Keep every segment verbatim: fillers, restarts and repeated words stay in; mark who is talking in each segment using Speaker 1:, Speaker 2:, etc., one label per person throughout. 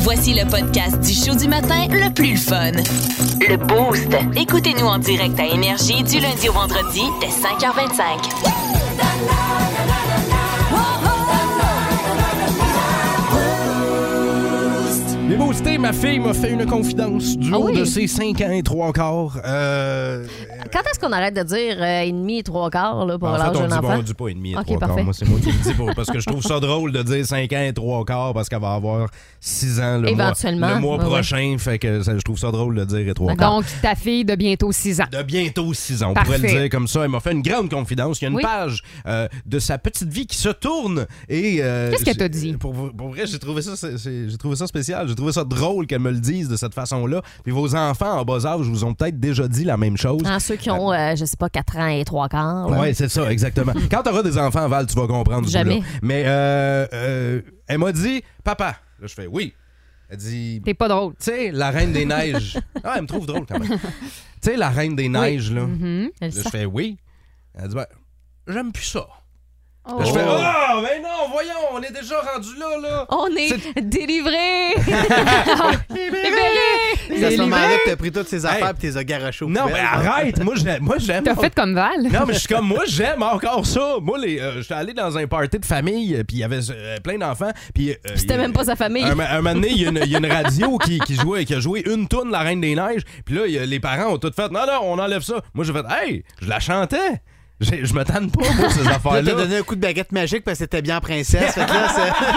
Speaker 1: Voici le podcast du show du matin le plus le fun. Le Boost. Écoutez-nous en direct à Énergie du lundi au vendredi dès cinq heures vingt-cinq.
Speaker 2: Les boostés, ma fille m'a fait une confidence du
Speaker 3: Ah
Speaker 2: haut
Speaker 3: oui?
Speaker 2: de ses cinq ans et trois quarts. Euh,
Speaker 3: Quand est-ce qu'on arrête de dire euh, et demi et trois quarts là, pour
Speaker 2: en fait,
Speaker 3: l'âge
Speaker 2: on
Speaker 3: d'un
Speaker 2: dit,
Speaker 3: enfant?
Speaker 2: bon, on dit pas et demi et
Speaker 3: Ok,
Speaker 2: trois quarts.
Speaker 3: parfait.
Speaker 2: Moi, c'est moi qui le dis pour- parce que je trouve ça drôle de dire cinq ans et trois quarts parce qu'elle va avoir six ans le
Speaker 3: Éventuellement,
Speaker 2: mois, le mois
Speaker 3: ouais,
Speaker 2: prochain. Fait que ça, je trouve ça drôle de dire et trois quarts.
Speaker 4: Donc, ta fille de bientôt six ans.
Speaker 2: De bientôt six ans, on
Speaker 4: Parfait.
Speaker 2: pourrait le dire comme ça. Elle m'a fait une grande confidence. Il y a une
Speaker 4: Oui.
Speaker 2: page euh, de sa petite vie qui se tourne. Et euh,
Speaker 4: Qu'est-ce qu'elle t'a
Speaker 2: j'ai-
Speaker 4: dit?
Speaker 2: Pour, pour vrai, j'ai trouvé ça, c'est- c'est- j'ai trouvé ça spécial. J'ai trouvé ça drôle qu'elle me le dise de cette façon-là. Puis vos enfants en bas âge vous ont peut-être déjà dit la même chose.
Speaker 3: Ah, ceux qui ont, euh, je sais pas, quatre ans et trois quarts. là.
Speaker 2: Oui, c'est ça, exactement. Quand tu auras des enfants, Val, tu vas comprendre.
Speaker 3: Jamais.
Speaker 2: ce coup-là. Mais euh, euh, elle m'a dit, papa. Là, je fais oui. Elle dit,
Speaker 4: T'es pas drôle.
Speaker 2: tu sais, la Reine des Neiges. Ah, elle me trouve drôle quand même. Tu sais, la Reine des Neiges, là.
Speaker 4: Mhm.
Speaker 3: Elle
Speaker 2: Là, je
Speaker 3: sent.
Speaker 2: fais oui. Elle dit, ben, j'aime plus ça.
Speaker 4: Oh.
Speaker 2: Là, je fais, oh, mais non, voyons, on est déjà rendu là, là.
Speaker 3: On est,
Speaker 2: C'est-
Speaker 3: délivrés!
Speaker 4: Libéré!
Speaker 5: C'est à ce moment-là
Speaker 4: Délivré!
Speaker 5: que t'as pris toutes ces affaires et t'es garochées au
Speaker 2: Non, mais
Speaker 5: poubelles, genre.
Speaker 2: arrête. Moi, j'aime. Moi, j'aime.
Speaker 4: T'as fait comme Val?
Speaker 2: Non, mais je suis comme moi, j'aime encore ça. Moi, les, euh, j'étais allé dans un party de famille, euh, puis il y avait euh, plein d'enfants. Puis euh,
Speaker 3: C'était
Speaker 2: il y a-
Speaker 3: même pas sa famille.
Speaker 2: Un, un moment donné, il y, a une- il y a une radio qui, qui jouait, qui a joué une tourne La Reine des Neiges. Puis là, il y a- les parents ont tout fait, non, non, on enlève ça. Moi, j'ai fait, hey, je la chantais. J'ai- Je me tanne pas, moi, ces
Speaker 5: Là, t'as
Speaker 2: affaires-là.
Speaker 5: donné un coup de baguette magique parce que t'étais bien princesse. Fait que là,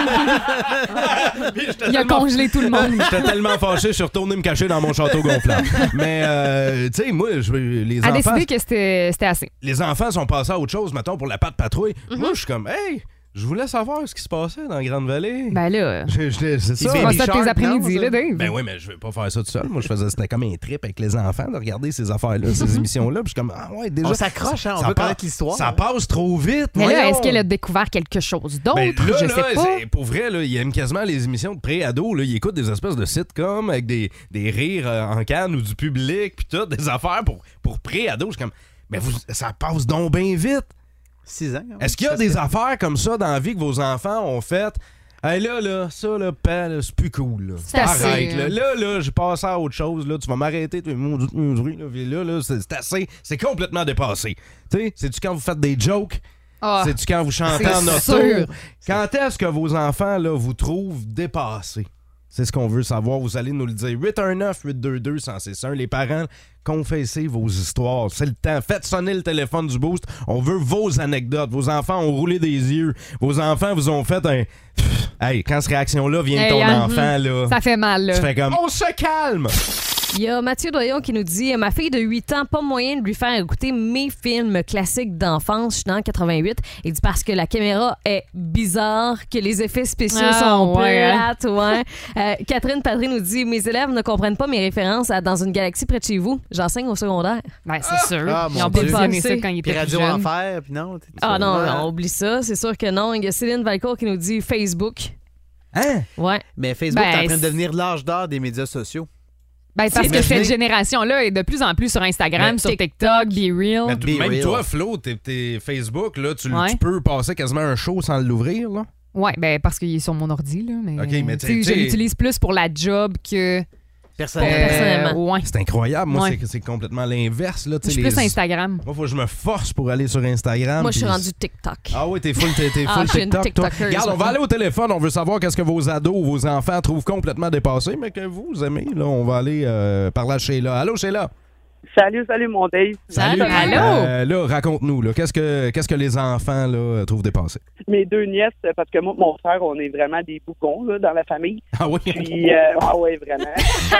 Speaker 5: c'est...
Speaker 2: Puis j'étais
Speaker 4: Il a
Speaker 2: tellement-
Speaker 4: congelé tout le monde.
Speaker 2: J'étais tellement fâché, je suis retourné me cacher dans mon château gonflable. Mais, euh, tu sais, moi, je, les
Speaker 4: A
Speaker 2: enfants...
Speaker 4: décidé que c'était c'était assez.
Speaker 2: les enfants sont passés à autre chose, mettons, pour la patte patrouille.
Speaker 3: Mm-hmm.
Speaker 2: Moi, je suis comme, hey, je voulais savoir ce qui se passait dans Grande-Vallée.
Speaker 4: Ben là,
Speaker 2: Je- je- c'est ça.
Speaker 5: fait
Speaker 4: tu vas
Speaker 5: Baby
Speaker 4: ça tes
Speaker 5: Shark,
Speaker 4: après-midi,
Speaker 5: non,
Speaker 4: là,
Speaker 5: ça?
Speaker 4: Dave.
Speaker 2: Ben oui, mais je vais pas faire ça tout seul. Moi, je faisais, c'était comme un trip avec les enfants de regarder ces affaires-là, ces émissions-là. Puis je suis comme, ah ouais, déjà.
Speaker 5: On s'accroche, hein, on
Speaker 2: ça
Speaker 5: veut
Speaker 2: passe-
Speaker 5: connaître l'histoire.
Speaker 2: Ça passe trop vite.
Speaker 4: Mais là,
Speaker 2: voyons.
Speaker 4: est-ce qu'elle a découvert quelque chose d'autre?
Speaker 2: Ben, là,
Speaker 4: Je
Speaker 2: là,
Speaker 4: sais pas.
Speaker 2: c'est- pour vrai, là, ils aiment quasiment les émissions de pré-ado. Là. Ils écoutent des espèces de sitcoms avec des, des rires euh, en canne ou du public, puis tout, des affaires pour, pour pré-ado. Je suis comme, mais vous, ça passe donc bien vite.
Speaker 5: Six ans. hein.
Speaker 2: Est-ce qu'il y a des affaires comme ça dans la vie que vos enfants ont faites? Hey, là, là, ça, là, père, là, c'est plus cool. Là.
Speaker 3: C'est assez,
Speaker 2: Arrête,
Speaker 3: hein.
Speaker 2: là. Là, là, j'ai passé à autre chose. Là. Tu vas m'arrêter, tu mon niaiserie, là. Puis là, là, c'est c'est assez. C'est complètement dépassé. Tu sais, c'est-tu quand vous faites des jokes?
Speaker 4: Ah,
Speaker 2: C'est-tu quand vous chantez
Speaker 4: c'est
Speaker 2: en auto?
Speaker 4: sûr.
Speaker 2: Quand est-ce que vos enfants, là, vous trouvent dépassés? C'est ce qu'on veut savoir. Vous allez nous le dire. huit un neuf huit deux deux un zéro six un. Les parents, confessez vos histoires. C'est le temps. Faites sonner le téléphone du Boost. On veut vos anecdotes. Vos enfants ont roulé des yeux. Vos enfants vous ont fait un... Hey, quand cette réaction-là vient de
Speaker 4: Hey,
Speaker 2: ton
Speaker 4: hein,
Speaker 2: enfant, là,
Speaker 4: ça fait mal, là.
Speaker 2: tu fais comme... On se calme!
Speaker 3: Il y a Mathieu Doyon qui nous dit « Ma fille de huit ans, pas moyen de lui faire écouter mes films classiques d'enfance. Je suis dans quatre-vingt-huit. » Il dit « Parce que la caméra est bizarre, que les effets spéciaux
Speaker 4: Ah,
Speaker 3: sont
Speaker 4: ouais, hein.
Speaker 3: plates. Ouais. Euh, Catherine Patry nous dit « Mes élèves ne comprennent pas mes références à Dans une galaxie près de chez vous. J'enseigne au secondaire.
Speaker 4: Ben, c'est sûr.
Speaker 5: Ah,
Speaker 4: Ils
Speaker 5: mon
Speaker 4: ont pas
Speaker 5: Dieu.
Speaker 4: visionné ça
Speaker 3: Pensez.
Speaker 4: quand ils
Speaker 5: Puis
Speaker 4: étaient plus
Speaker 5: Radio
Speaker 4: jeunes.
Speaker 5: Enfer, puis non. t'es- »
Speaker 3: Ah non,
Speaker 5: Ouais.
Speaker 3: non, oublie ça. C'est sûr que non. Il y a Céline Valcourt qui nous dit « Facebook.
Speaker 2: Hein? »
Speaker 3: Ouais.
Speaker 5: Mais Facebook
Speaker 4: Ben,
Speaker 5: est en train de
Speaker 4: c'est-
Speaker 5: devenir l'âge d'or des médias sociaux.
Speaker 4: Ben, parce que
Speaker 5: Imaginez-
Speaker 4: cette génération-là est de plus en plus sur Instagram,
Speaker 2: Mais
Speaker 4: sur TikTok, Be Real.
Speaker 2: Mais
Speaker 5: Be
Speaker 2: même
Speaker 5: real.
Speaker 2: toi, Flo, t'es, t'es Facebook, là, tu,
Speaker 4: Ouais.
Speaker 2: tu peux passer quasiment un show sans l'ouvrir, là?
Speaker 4: Ouais, ben parce qu'il est sur mon ordi, là. Mais,
Speaker 2: Ok, mais
Speaker 4: tu sais,
Speaker 2: t'sais-
Speaker 4: je l'utilise plus pour la job que.
Speaker 5: Personnellement.
Speaker 3: personnellement.
Speaker 4: ouais.
Speaker 2: C'est incroyable. Moi,
Speaker 4: Ouais.
Speaker 2: c'est, c'est complètement l'inverse, là.
Speaker 4: Je
Speaker 2: tu sais,
Speaker 4: suis
Speaker 2: les-
Speaker 4: plus Instagram.
Speaker 2: Moi, faut que je me force pour aller sur Instagram.
Speaker 3: Moi, je suis
Speaker 2: puis-
Speaker 3: rendu TikTok.
Speaker 2: Ah oui, t'es full, t'es, t'es
Speaker 3: Ah,
Speaker 2: full
Speaker 3: je suis une
Speaker 2: TikTok, toi.
Speaker 3: TikToker,
Speaker 2: Regarde, on va
Speaker 3: maintenant.
Speaker 2: aller au téléphone. On veut savoir qu'est-ce que vos ados ou vos enfants trouvent complètement dépassé, mais que vous aimez. Là, on va aller euh, par là chez Sheila. Allô, Sheila?
Speaker 6: Salut, salut, mon Dave.
Speaker 3: Salut.
Speaker 4: Allô?
Speaker 2: Euh, là, raconte-nous. Là, qu'est-ce, que, qu'est-ce que les enfants là, trouvent dépassé?
Speaker 6: Mes deux nièces, parce que moi mon frère, on est vraiment des boucons là, dans la famille.
Speaker 2: Ah oui?
Speaker 6: Puis, euh, ah ouais, vraiment.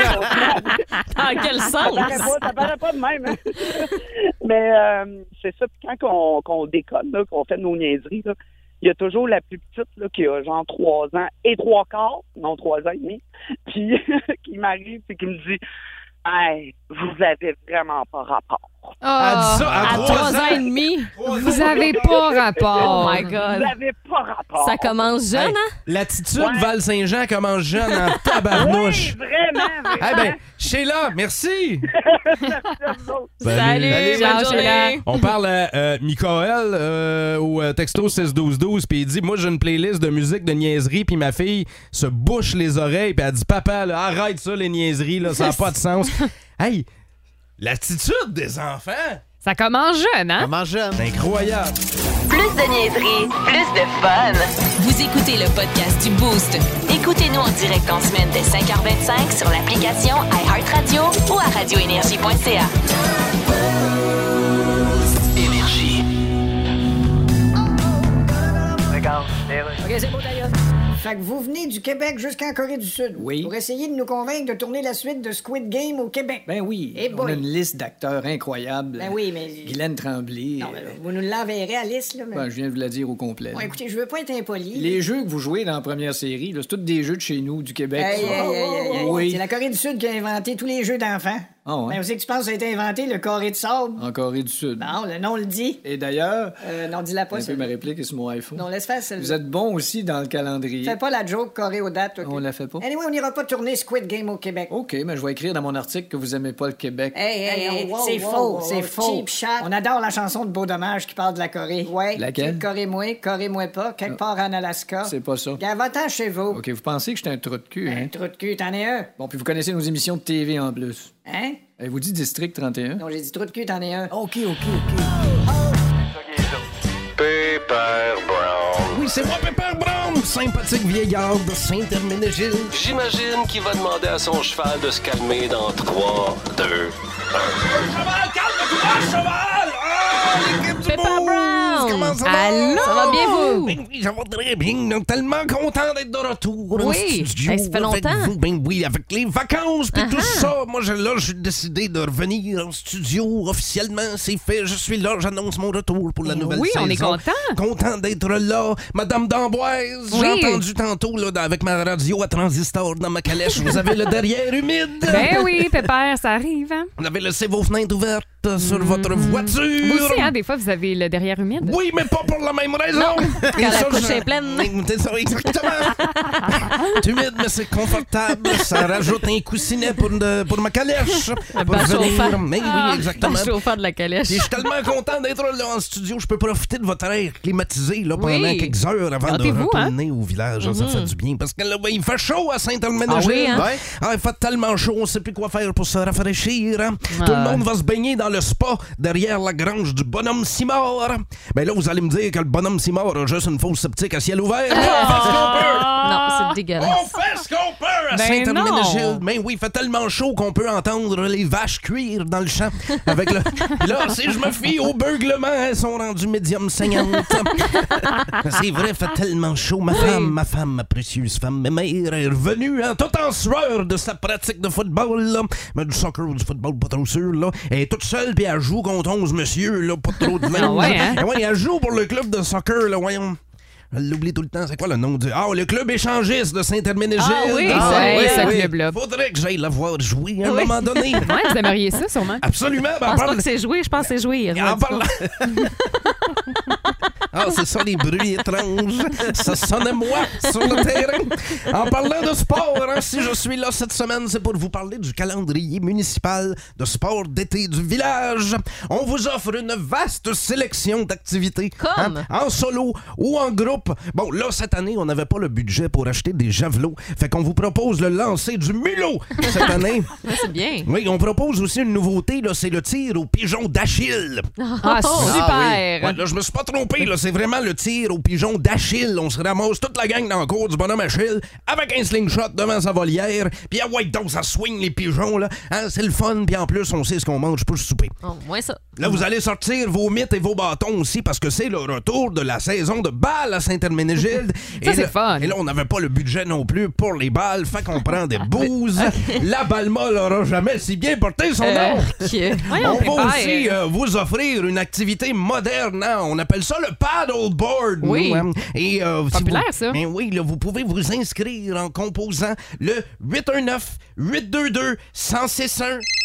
Speaker 3: Dans quel
Speaker 6: Ça
Speaker 3: sens?
Speaker 6: paraît pas, ça paraît pas de même. Hein? Mais euh, c'est ça, puis quand on, qu'on déconne, là, qu'on fait nos niaiseries, là, il y a toujours la plus petite là, qui a genre trois ans et trois quarts, non trois ans et demi, puis qui m'arrive et qui me dit « Hey, vous avez vraiment pas rapport. »
Speaker 2: Elle dit ça à
Speaker 3: À
Speaker 2: trois
Speaker 3: trois
Speaker 2: ans.
Speaker 3: ans et demi.
Speaker 4: Vous avez pas rapport.
Speaker 3: Oh my
Speaker 6: Vous
Speaker 3: God.
Speaker 6: n'avez pas rapport.
Speaker 3: Ça commence jeune,
Speaker 2: Hey,
Speaker 3: hein?
Speaker 2: L'attitude
Speaker 6: Ouais.
Speaker 2: Val-Saint-Jean commence jeune en tabarnouche.
Speaker 6: Oui, vraiment, vraiment.
Speaker 2: Eh ben, Sheila, merci.
Speaker 3: Salut,
Speaker 2: Salut,
Speaker 3: bonne
Speaker 4: bonne
Speaker 3: journée.
Speaker 4: journée.
Speaker 2: On parle à euh, Michael euh, au euh, texto six douze douze, puis il dit: moi, j'ai une playlist de musique de niaiserie, puis ma fille se bouche les oreilles, puis elle dit: papa, là, arrête ça, les niaiseries, là, ça n'a pas de sens. Hey, l'attitude des enfants,
Speaker 4: Ça commence jeune, hein?
Speaker 5: Comment jeune?
Speaker 2: c'est incroyable.
Speaker 1: Plus de niaiserie, plus de fun. Vous écoutez le podcast du Boost. Écoutez-nous en direct en semaine dès cinq heures vingt-cinq sur l'application iHeartRadio ou à radio énergie point c a.
Speaker 7: Énergie.
Speaker 8: OK, c'est beau d'ailleurs. Fait que vous venez du Québec jusqu'en Corée du Sud.
Speaker 9: Oui.
Speaker 8: Pour essayer de nous convaincre de tourner la suite de Squid Game au Québec.
Speaker 9: Ben oui,
Speaker 8: Eh
Speaker 9: on
Speaker 8: boy.
Speaker 9: a une liste d'acteurs incroyables.
Speaker 8: Ben oui, mais...
Speaker 9: Guylaine Tremblay.
Speaker 8: Non, mais
Speaker 9: euh,
Speaker 8: vous nous l'enverrez à liste, là. Mais...
Speaker 9: ben, je viens de vous la dire au complet.
Speaker 8: Bon, écoutez, je veux pas être impoli.
Speaker 9: Les jeux que vous jouez dans la première série, là, c'est tous des jeux de chez nous, du Québec.
Speaker 8: Hey,
Speaker 9: ça.
Speaker 8: hey, hey, hey, hey.
Speaker 9: Oui.
Speaker 8: C'est la Corée du Sud qui a inventé tous les jeux d'enfants.
Speaker 9: Ah ouais?
Speaker 8: Ben, où c'est que tu penses que ça a été inventé, le carré de sable?
Speaker 9: En Corée du Sud.
Speaker 8: Non, le nom le dit.
Speaker 9: Et d'ailleurs,
Speaker 8: Euh, non, dis-la pas,
Speaker 9: un
Speaker 8: ça.
Speaker 9: peu ma réplique est sur mon iPhone.
Speaker 8: Non, laisse faire celle-là.
Speaker 9: Vous êtes bon aussi dans le calendrier.
Speaker 8: Fais pas la joke carré aux dates, OK?
Speaker 9: On la fait pas?
Speaker 8: Anyway, on n'ira pas tourner Squid Game au Québec.
Speaker 9: OK, mais je vais écrire dans mon article que vous aimez pas le Québec.
Speaker 8: Hey, hey, hey,
Speaker 6: wow,
Speaker 8: c'est
Speaker 6: wow,
Speaker 8: faux,
Speaker 6: wow,
Speaker 8: c'est
Speaker 6: wow,
Speaker 8: faux.
Speaker 6: cheap shot.
Speaker 8: On adore la chanson de Beau Dommage qui parle de la Corée. Ouais.
Speaker 9: Laquelle?
Speaker 8: Corée-moi, Corée-moi pas, quelque part en Alaska.
Speaker 9: C'est pas ça.
Speaker 8: Gars, va-t'en chez vous.
Speaker 9: OK, vous pensez que j'étais un trou de cul,
Speaker 8: Un
Speaker 9: hein?
Speaker 8: trou de cul, t'en es un.
Speaker 9: Bon, puis vous connaissez nos émissions de T V en plus.
Speaker 8: Hein?
Speaker 9: Avez-vous dit District trente et un?
Speaker 8: Non, j'ai dit trou de cul, t'en es un.
Speaker 9: OK, OK, OK.
Speaker 7: Pepper Brown.
Speaker 2: Oui, c'est moi, Pepper Brown, sympathique vieillard de Saint-Herménégil.
Speaker 7: J'imagine qu'il va demander à son cheval de se calmer dans trois, deux,
Speaker 2: Cheval, calme-toi, cheval! Ah, l'équipe du
Speaker 3: Pepper
Speaker 2: Boost!
Speaker 3: Brown!
Speaker 2: Comment ça va?
Speaker 3: Allô? Ça va bien, vous?
Speaker 2: Ben oui, ça va très bien. Donc, tellement content d'être de retour en
Speaker 3: Oui.
Speaker 2: studio
Speaker 3: Hey, ça fait
Speaker 2: avec
Speaker 3: longtemps.
Speaker 2: vous. Ben oui, avec les vacances puis tout
Speaker 3: Uh-huh.
Speaker 2: ça. Moi, je, là, j'ai décidé de revenir en studio officiellement. C'est fait. Je suis là. J'annonce mon retour pour la
Speaker 4: Ben
Speaker 2: nouvelle
Speaker 4: oui,
Speaker 2: saison.
Speaker 4: on est content.
Speaker 2: Content d'être là. Madame d'Amboise,
Speaker 4: Oui.
Speaker 2: j'ai entendu tantôt là, dans- avec ma radio à transistor dans ma calèche. Vous avez le derrière humide.
Speaker 4: Ben oui, Pépère, ça arrive, hein?
Speaker 2: Vous avez laissé vos fenêtres ouvertes sur votre voiture.
Speaker 4: Vous aussi, hein, des fois, vous avez le derrière humide.
Speaker 2: Oui, mais pas pour la même raison.
Speaker 3: Quand
Speaker 2: Et
Speaker 3: la
Speaker 2: ça,
Speaker 3: couche
Speaker 2: je-
Speaker 3: est pleine.
Speaker 2: C'est ça, exactement. C'est humide, mais c'est confortable. Ça rajoute un coussinet pour, de- pour ma calèche. Pour
Speaker 3: bas
Speaker 2: venir.
Speaker 3: chauffant.
Speaker 2: Mais oui, exactement.
Speaker 3: Pas chauffeur de la calèche.
Speaker 2: Puis je suis tellement content d'être là en studio. Je peux profiter de votre air climatisé là, pendant
Speaker 3: Oui.
Speaker 2: quelques heures avant de
Speaker 4: Gâtez-vous,
Speaker 2: retourner au village. Ça fait du bien. Parce que là, ben, il fait chaud à Saint-Herménégil.
Speaker 3: Ah oui, hein?
Speaker 5: Ouais.
Speaker 2: Ah, il fait tellement chaud, on sait plus quoi faire pour se rafraîchir. hein.
Speaker 4: Ah.
Speaker 2: Tout le monde va se baigner dans le spa derrière la grange du bonhomme Simard. Ben là, vous allez me dire que le bonhomme Simard a juste une fosse septique à ciel ouvert. On fait ce qu'on peut.
Speaker 3: Non, c'est dégueulasse.
Speaker 2: On fait ce qu'on peut à
Speaker 4: Ben
Speaker 2: Saint-Herménégil.
Speaker 4: non.
Speaker 2: Mais oui, il fait tellement chaud qu'on peut entendre les vaches cuire dans le champ. Avec le... Là, si je me fie au beuglement, elles sont rendues médium saignantes. C'est vrai, il fait tellement chaud. Ma femme, ma femme, ma précieuse femme, ma mère est revenue hein, tout en sueur de sa pratique de football. Là. Mais du soccer ou du football, pas trop sûr. Là. Elle est toute seule, puis elle joue contre onze monsieur, là, pas trop de même.
Speaker 4: Ah ouais, hein?
Speaker 2: Et ouais, elle joue pour le club de soccer, là, voyons. Je l'oublie tout le temps. C'est quoi le nom du... Ah, le club échangiste de Saint-Herménégil.
Speaker 3: Ah oui,
Speaker 2: Ah,
Speaker 3: ça,
Speaker 4: Hey,
Speaker 3: oui,
Speaker 4: ce
Speaker 3: oui.
Speaker 4: club-là.
Speaker 2: Faudrait que j'aille la voir jouer à un
Speaker 3: Oui.
Speaker 2: moment donné.
Speaker 4: Ouais, vous aimeriez ça, sûrement.
Speaker 2: Absolument. Ben,
Speaker 3: Je
Speaker 2: en
Speaker 3: pense pas
Speaker 2: parle-
Speaker 3: que c'est jouer, je pense que c'est jouir.
Speaker 2: en parlant... Ah, c'est ça, les bruits étranges. Ça sonnait moi sur le terrain. En parlant de sport, hein, si je suis là cette semaine, c'est pour vous parler du calendrier municipal de sport d'été du village. On vous offre une vaste sélection d'activités.
Speaker 3: Comme?
Speaker 2: hein, en solo ou en groupe. Bon, là, cette année, on n'avait pas le budget pour acheter des javelots. Fait qu'on vous propose le lancer du mulot cette année.
Speaker 3: Ça, c'est bien.
Speaker 2: Oui, on propose aussi une nouveauté, là, c'est le tir au pigeon d'Achille.
Speaker 4: Ah, super!
Speaker 2: Ouais, là, je me suis pas trompé, là, c'est vraiment le tir au pigeon d'Achille. On se ramasse toute la gang dans le cours du bonhomme Achille avec un slingshot devant sa volière. Puis à White Dose, ça swing les pigeons, là. Hein, c'est le fun, puis en plus, on sait ce qu'on mange pour le souper.
Speaker 3: Oh, moins ça.
Speaker 2: Là, vous allez sortir vos mythes et vos bâtons aussi parce que c'est le retour de la saison de balles à Saint-Herménégilde.
Speaker 4: Ça,
Speaker 2: Et
Speaker 4: c'est
Speaker 2: là-
Speaker 4: fun.
Speaker 2: Et là, on n'avait pas le budget non plus pour les balles, fait qu'on prend des bouses. La Balma n'aura jamais si bien porté son
Speaker 3: Euh,
Speaker 2: nom.
Speaker 3: que-
Speaker 4: Voyons,
Speaker 2: On va
Speaker 4: Pépère.
Speaker 2: aussi euh, vous offrir une activité moderne. hein. On appelle ça le paddleboard.
Speaker 4: Oui.
Speaker 2: nous, hein. Et, euh, si
Speaker 4: Populaire,
Speaker 2: vous-
Speaker 4: ça.
Speaker 2: Mais oui, là, vous pouvez vous inscrire en composant le huit un neuf, huit deux deux, un zéro six un.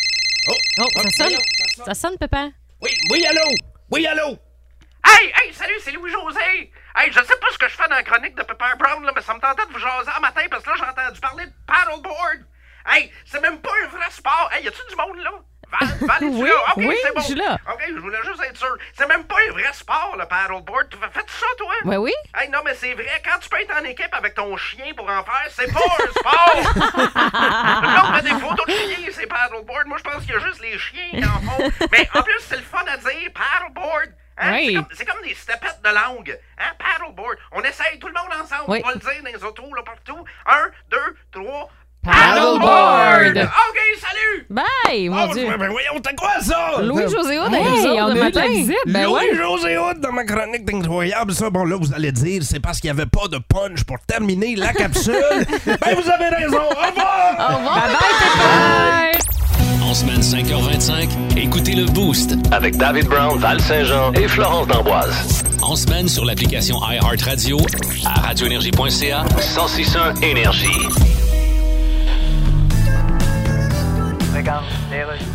Speaker 2: Oh,
Speaker 3: Oh, ça sonne. Ça sonne, Pépère.
Speaker 2: Oui, oui, allô? Oui, allô?
Speaker 10: Hey, hey, salut, c'est Louis-José! Hey, je sais pas ce que je fais dans la chronique de Pepper Brown, là, mais ça me tentait de vous jaser un matin parce que là, j'ai entendu parler de paddleboard. Hey, c'est même pas un vrai sport. Hey, y a-tu du monde là? Val, Val, es-tu
Speaker 3: Oui,
Speaker 10: là? OK,
Speaker 3: oui,
Speaker 10: c'est bon.
Speaker 3: je suis là.
Speaker 10: OK, je voulais juste être sûr. C'est même pas un vrai sport, le paddleboard. Tu fais ça, toi?
Speaker 3: Ouais, oui.
Speaker 10: Hey, non, mais c'est vrai, quand tu peux être en équipe avec ton chien pour en faire, c'est pas un sport! Là, on met des photos de chiens, c'est paddleboard. Moi, je pense qu'il y a juste les chiens qui en font. Mais en plus, c'est le fun à dire, paddleboard. Hein?
Speaker 3: Oui.
Speaker 10: C'est, comme, c'est comme des stepettes de langue. Hein? Paddleboard. On essaye tout le monde ensemble.
Speaker 3: Oui.
Speaker 10: On va le dire dans les autos, là, partout. Un, deux, trois.
Speaker 3: Paddleboard!
Speaker 10: OK, salut!
Speaker 3: Bye, mon
Speaker 2: Oh,
Speaker 3: Dieu.
Speaker 2: ben voyons, t'as quoi ça?
Speaker 3: Louis-José Hood,
Speaker 4: Hey,
Speaker 3: avec nous autres
Speaker 4: on
Speaker 3: le
Speaker 4: a eu de la
Speaker 3: matin.
Speaker 4: visite. Ben ouais.
Speaker 2: Louis-José Hood dans ma chronique d'incroyable. Ça, bon, là, vous allez dire, c'est parce qu'il n'y avait pas de punch pour terminer la capsule. Ben, vous avez raison. Au revoir!
Speaker 3: Au revoir,
Speaker 4: Bye.
Speaker 7: En semaine cinq heures vingt-cinq, écoutez le Boost avec David Brown, Val Saint-Jean et Florence D'Amboise. En semaine sur l'application iHeartRadio, à radio énergie point c a, cent six point un Énergie.
Speaker 8: Regarde, les rues.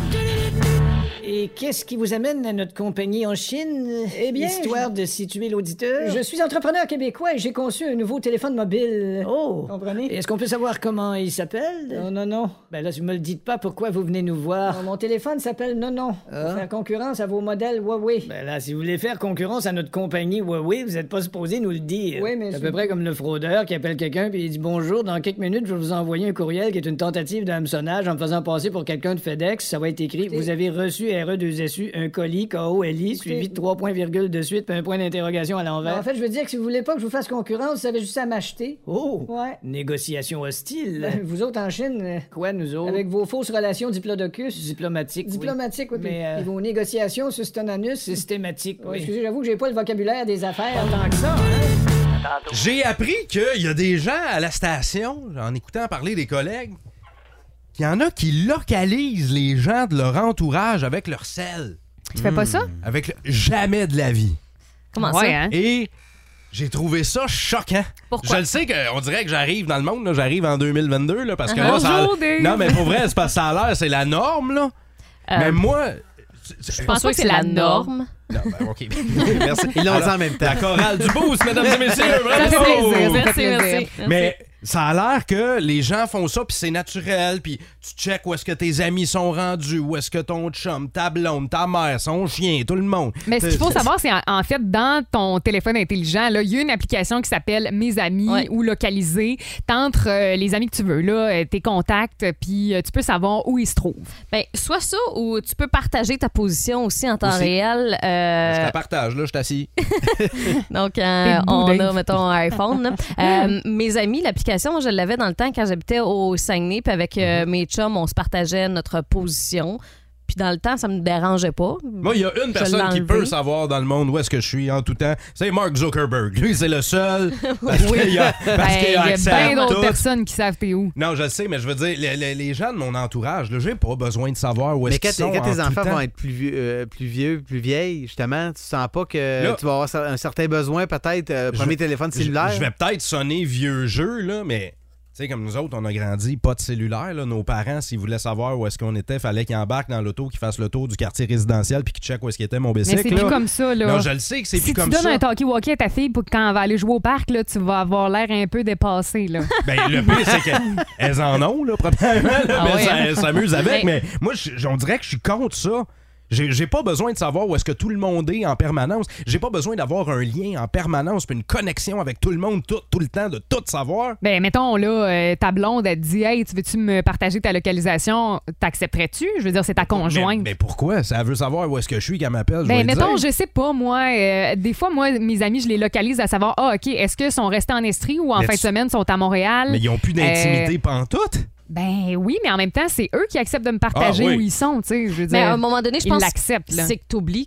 Speaker 8: Et qu'est-ce qui vous amène à notre compagnie en Chine?
Speaker 11: Eh bien,
Speaker 8: Histoire
Speaker 11: je...
Speaker 8: de situer l'auditeur.
Speaker 11: Je suis entrepreneur québécois et j'ai conçu un nouveau téléphone mobile.
Speaker 8: Oh!
Speaker 11: Comprenez?
Speaker 8: Est-ce qu'on peut savoir comment il s'appelle?
Speaker 11: Non, non, non.
Speaker 8: Ben là, si vous me le dites pas, pourquoi vous venez nous voir?
Speaker 11: Non, mon téléphone s'appelle Non, non.
Speaker 8: Ah.
Speaker 11: Pour faire concurrence à vos modèles Huawei.
Speaker 8: Ben là, si vous voulez faire concurrence à notre compagnie Huawei, vous êtes pas supposé nous le dire.
Speaker 11: Oui, mais
Speaker 8: C'est à
Speaker 11: je-
Speaker 8: peu près comme le fraudeur qui appelle quelqu'un puis il dit bonjour, dans quelques minutes, je vais vous envoyer un courriel qui est une tentative d'hameçonnage en me faisant passer pour quelqu'un de FedEx. Ça va être écrit,
Speaker 11: Écoutez-
Speaker 8: vous avez reçu R E deux S U un colis K O L I suivi de trois points virgule de suite puis un point d'interrogation à l'envers.
Speaker 11: En fait, je veux dire que si vous voulez pas que je vous fasse concurrence, vous avez juste à m'acheter.
Speaker 8: Oh!
Speaker 11: Ouais.
Speaker 8: Négociation hostile.
Speaker 11: Ben, vous autres en Chine, euh,
Speaker 8: Quoi, nous autres?
Speaker 11: avec vos fausses relations diplodocus.
Speaker 8: Diplomatiques. oui.
Speaker 11: Diplomatiques, oui. puis-
Speaker 8: Mais, euh,
Speaker 11: puis vos négociations sustenanus.
Speaker 8: Systématique,
Speaker 11: Ouais,
Speaker 8: oui.
Speaker 11: excusez, j'avoue que j'ai pas le vocabulaire des affaires.
Speaker 8: Tant que ça, hein?
Speaker 2: J'ai appris qu'il y a des gens à la station, en écoutant parler des collègues, qu'il y en a qui localisent les gens de leur entourage avec leur sel.
Speaker 4: Tu fais pas ça?
Speaker 2: Avec le jamais de la vie.
Speaker 3: Comment
Speaker 4: Ouais,
Speaker 3: ça?
Speaker 4: hein?
Speaker 2: Et j'ai trouvé ça choquant.
Speaker 3: Pourquoi?
Speaker 2: Je le sais qu'on dirait que j'arrive dans le monde, là, j'arrive en deux mille vingt-deux, là, parce que
Speaker 3: Uh-huh.
Speaker 2: là, ça a-
Speaker 4: Bonjour, Dave.
Speaker 2: Non, mais pour vrai, c'est parce que ça a l'air, c'est la norme, là.
Speaker 3: Euh,
Speaker 2: Mais moi...
Speaker 3: Je pense pas que c'est la norme.
Speaker 2: Non, ben, OK. Merci.
Speaker 5: Ils l'ont dit
Speaker 2: Alors,
Speaker 5: en même temps.
Speaker 2: La chorale du boost, mesdames et messieurs.
Speaker 4: Ça fait
Speaker 2: bravo!
Speaker 4: plaisir, ça fait
Speaker 3: Merci,
Speaker 4: plaisir.
Speaker 3: merci. merci.
Speaker 2: Mais ça a l'air que les gens font ça, puis c'est naturel, puis tu checkes où est-ce que tes amis sont rendus, où est-ce que ton chum, ta blonde, ta mère, son chien, tout le monde.
Speaker 4: Mais ce qu'il faut savoir, c'est en, en fait, dans ton téléphone intelligent, là, il y a une application qui s'appelle Mes amis
Speaker 3: Ouais.
Speaker 4: ou Localiser. T'entres euh, les amis que tu veux, là, euh, tes contacts, puis euh, tu peux savoir où ils se trouvent.
Speaker 3: Ben, soit ça ou tu peux partager ta position aussi en temps
Speaker 2: Aussi.
Speaker 3: réel. euh,
Speaker 2: Je la partage, là, je t'assis.
Speaker 3: Donc, euh,
Speaker 4: T'es
Speaker 3: on
Speaker 4: boudin.
Speaker 3: a, mettons, un iPhone. là. Euh, mes amis, l'application, moi, je l'avais dans le temps quand j'habitais au Saguenay, puis avec euh, mes chums, on se partageait notre position. Puis dans le temps, ça me dérangeait pas.
Speaker 2: Moi, il y a une
Speaker 3: Je
Speaker 2: personne
Speaker 3: l'ai
Speaker 2: qui peut
Speaker 3: enlevé.
Speaker 2: savoir dans le monde où est-ce que je suis en tout temps. C'est Mark Zuckerberg. Lui, c'est le seul. Parce
Speaker 4: Oui.
Speaker 2: qu'il a, parce
Speaker 4: Ben,
Speaker 2: qu'il
Speaker 4: il y
Speaker 2: a
Speaker 4: a
Speaker 2: accès
Speaker 4: bien
Speaker 2: à
Speaker 4: d'autres
Speaker 2: tout.
Speaker 4: personnes qui savent t'es où.
Speaker 2: Non, je le sais, mais je veux dire, les, les- les gens de mon entourage, là, j'ai pas besoin de savoir où est-ce
Speaker 5: Mais
Speaker 2: qu'ils
Speaker 5: quand,
Speaker 2: sont.
Speaker 5: quand
Speaker 2: en
Speaker 5: tes
Speaker 2: tout
Speaker 5: enfants
Speaker 2: temps.
Speaker 5: vont être plus vieux, euh, plus vieux, plus vieilles, justement, tu sens pas que
Speaker 2: Là,
Speaker 5: tu vas avoir un certain besoin, peut-être, euh, premier
Speaker 2: Je-
Speaker 5: téléphone
Speaker 2: je-
Speaker 5: cellulaire?
Speaker 2: Je vais peut-être sonner vieux jeu, là, mais tu sais, comme nous autres, on a grandi, pas de cellulaire. Là. Nos parents, s'ils voulaient savoir où est-ce qu'on était, fallait qu'ils embarquent dans l'auto, qu'ils fassent le tour du quartier résidentiel puis qu'ils checkent où est-ce qu'était mon
Speaker 4: Mais
Speaker 2: bicycle.
Speaker 4: c'est
Speaker 2: là.
Speaker 4: plus comme ça, là.
Speaker 2: Non, je le sais que c'est
Speaker 4: si
Speaker 2: plus
Speaker 4: tu
Speaker 2: comme
Speaker 4: donnes
Speaker 2: ça.
Speaker 4: un talkie-walkie à ta fille pour quand elle va aller jouer au parc, là, tu vas avoir l'air un peu dépassé, là.
Speaker 2: Ben, le pire, c'est qu'elles en ont, là, premièrement. là,
Speaker 3: Ah
Speaker 2: ben,
Speaker 3: ouais,
Speaker 2: ça-
Speaker 3: hein?
Speaker 2: elles s'amusent avec,
Speaker 3: Mais-
Speaker 2: mais moi, je- on dirait que je suis contre ça. J'ai j'ai pas besoin de savoir où est-ce que tout le monde est en permanence. J'ai pas besoin d'avoir un lien en permanence puis une connexion avec tout le monde tout, tout le temps, de tout savoir.
Speaker 4: Ben, mettons, là, euh, ta blonde, elle te dit, hey, tu veux-tu me partager ta localisation? T'accepterais-tu? Je veux dire, c'est ta conjointe.
Speaker 2: Mais, mais pourquoi? Ça veut savoir où est-ce que je suis qu'elle m'appelle. je vais
Speaker 4: Ben,
Speaker 2: le
Speaker 4: mettons,
Speaker 2: dire.
Speaker 4: je sais pas, moi, euh, des fois, moi, mes amis, je les localise à savoir, ah, OK, est-ce qu'ils sont restés en Estrie ou en
Speaker 2: Mais
Speaker 4: fin
Speaker 2: tu-
Speaker 4: de semaine sont à Montréal?
Speaker 2: Mais ils ont plus d'intimité
Speaker 4: Euh,
Speaker 2: pantoute.
Speaker 4: Ben oui, mais en même temps, c'est eux qui acceptent de me partager
Speaker 2: Ah, oui.
Speaker 4: où ils sont, tu sais. Je veux
Speaker 3: Mais
Speaker 4: dire,
Speaker 3: à un moment donné, je
Speaker 4: ils
Speaker 3: pense
Speaker 4: l'acceptent,
Speaker 3: que
Speaker 4: là.
Speaker 3: c'est que t'oublies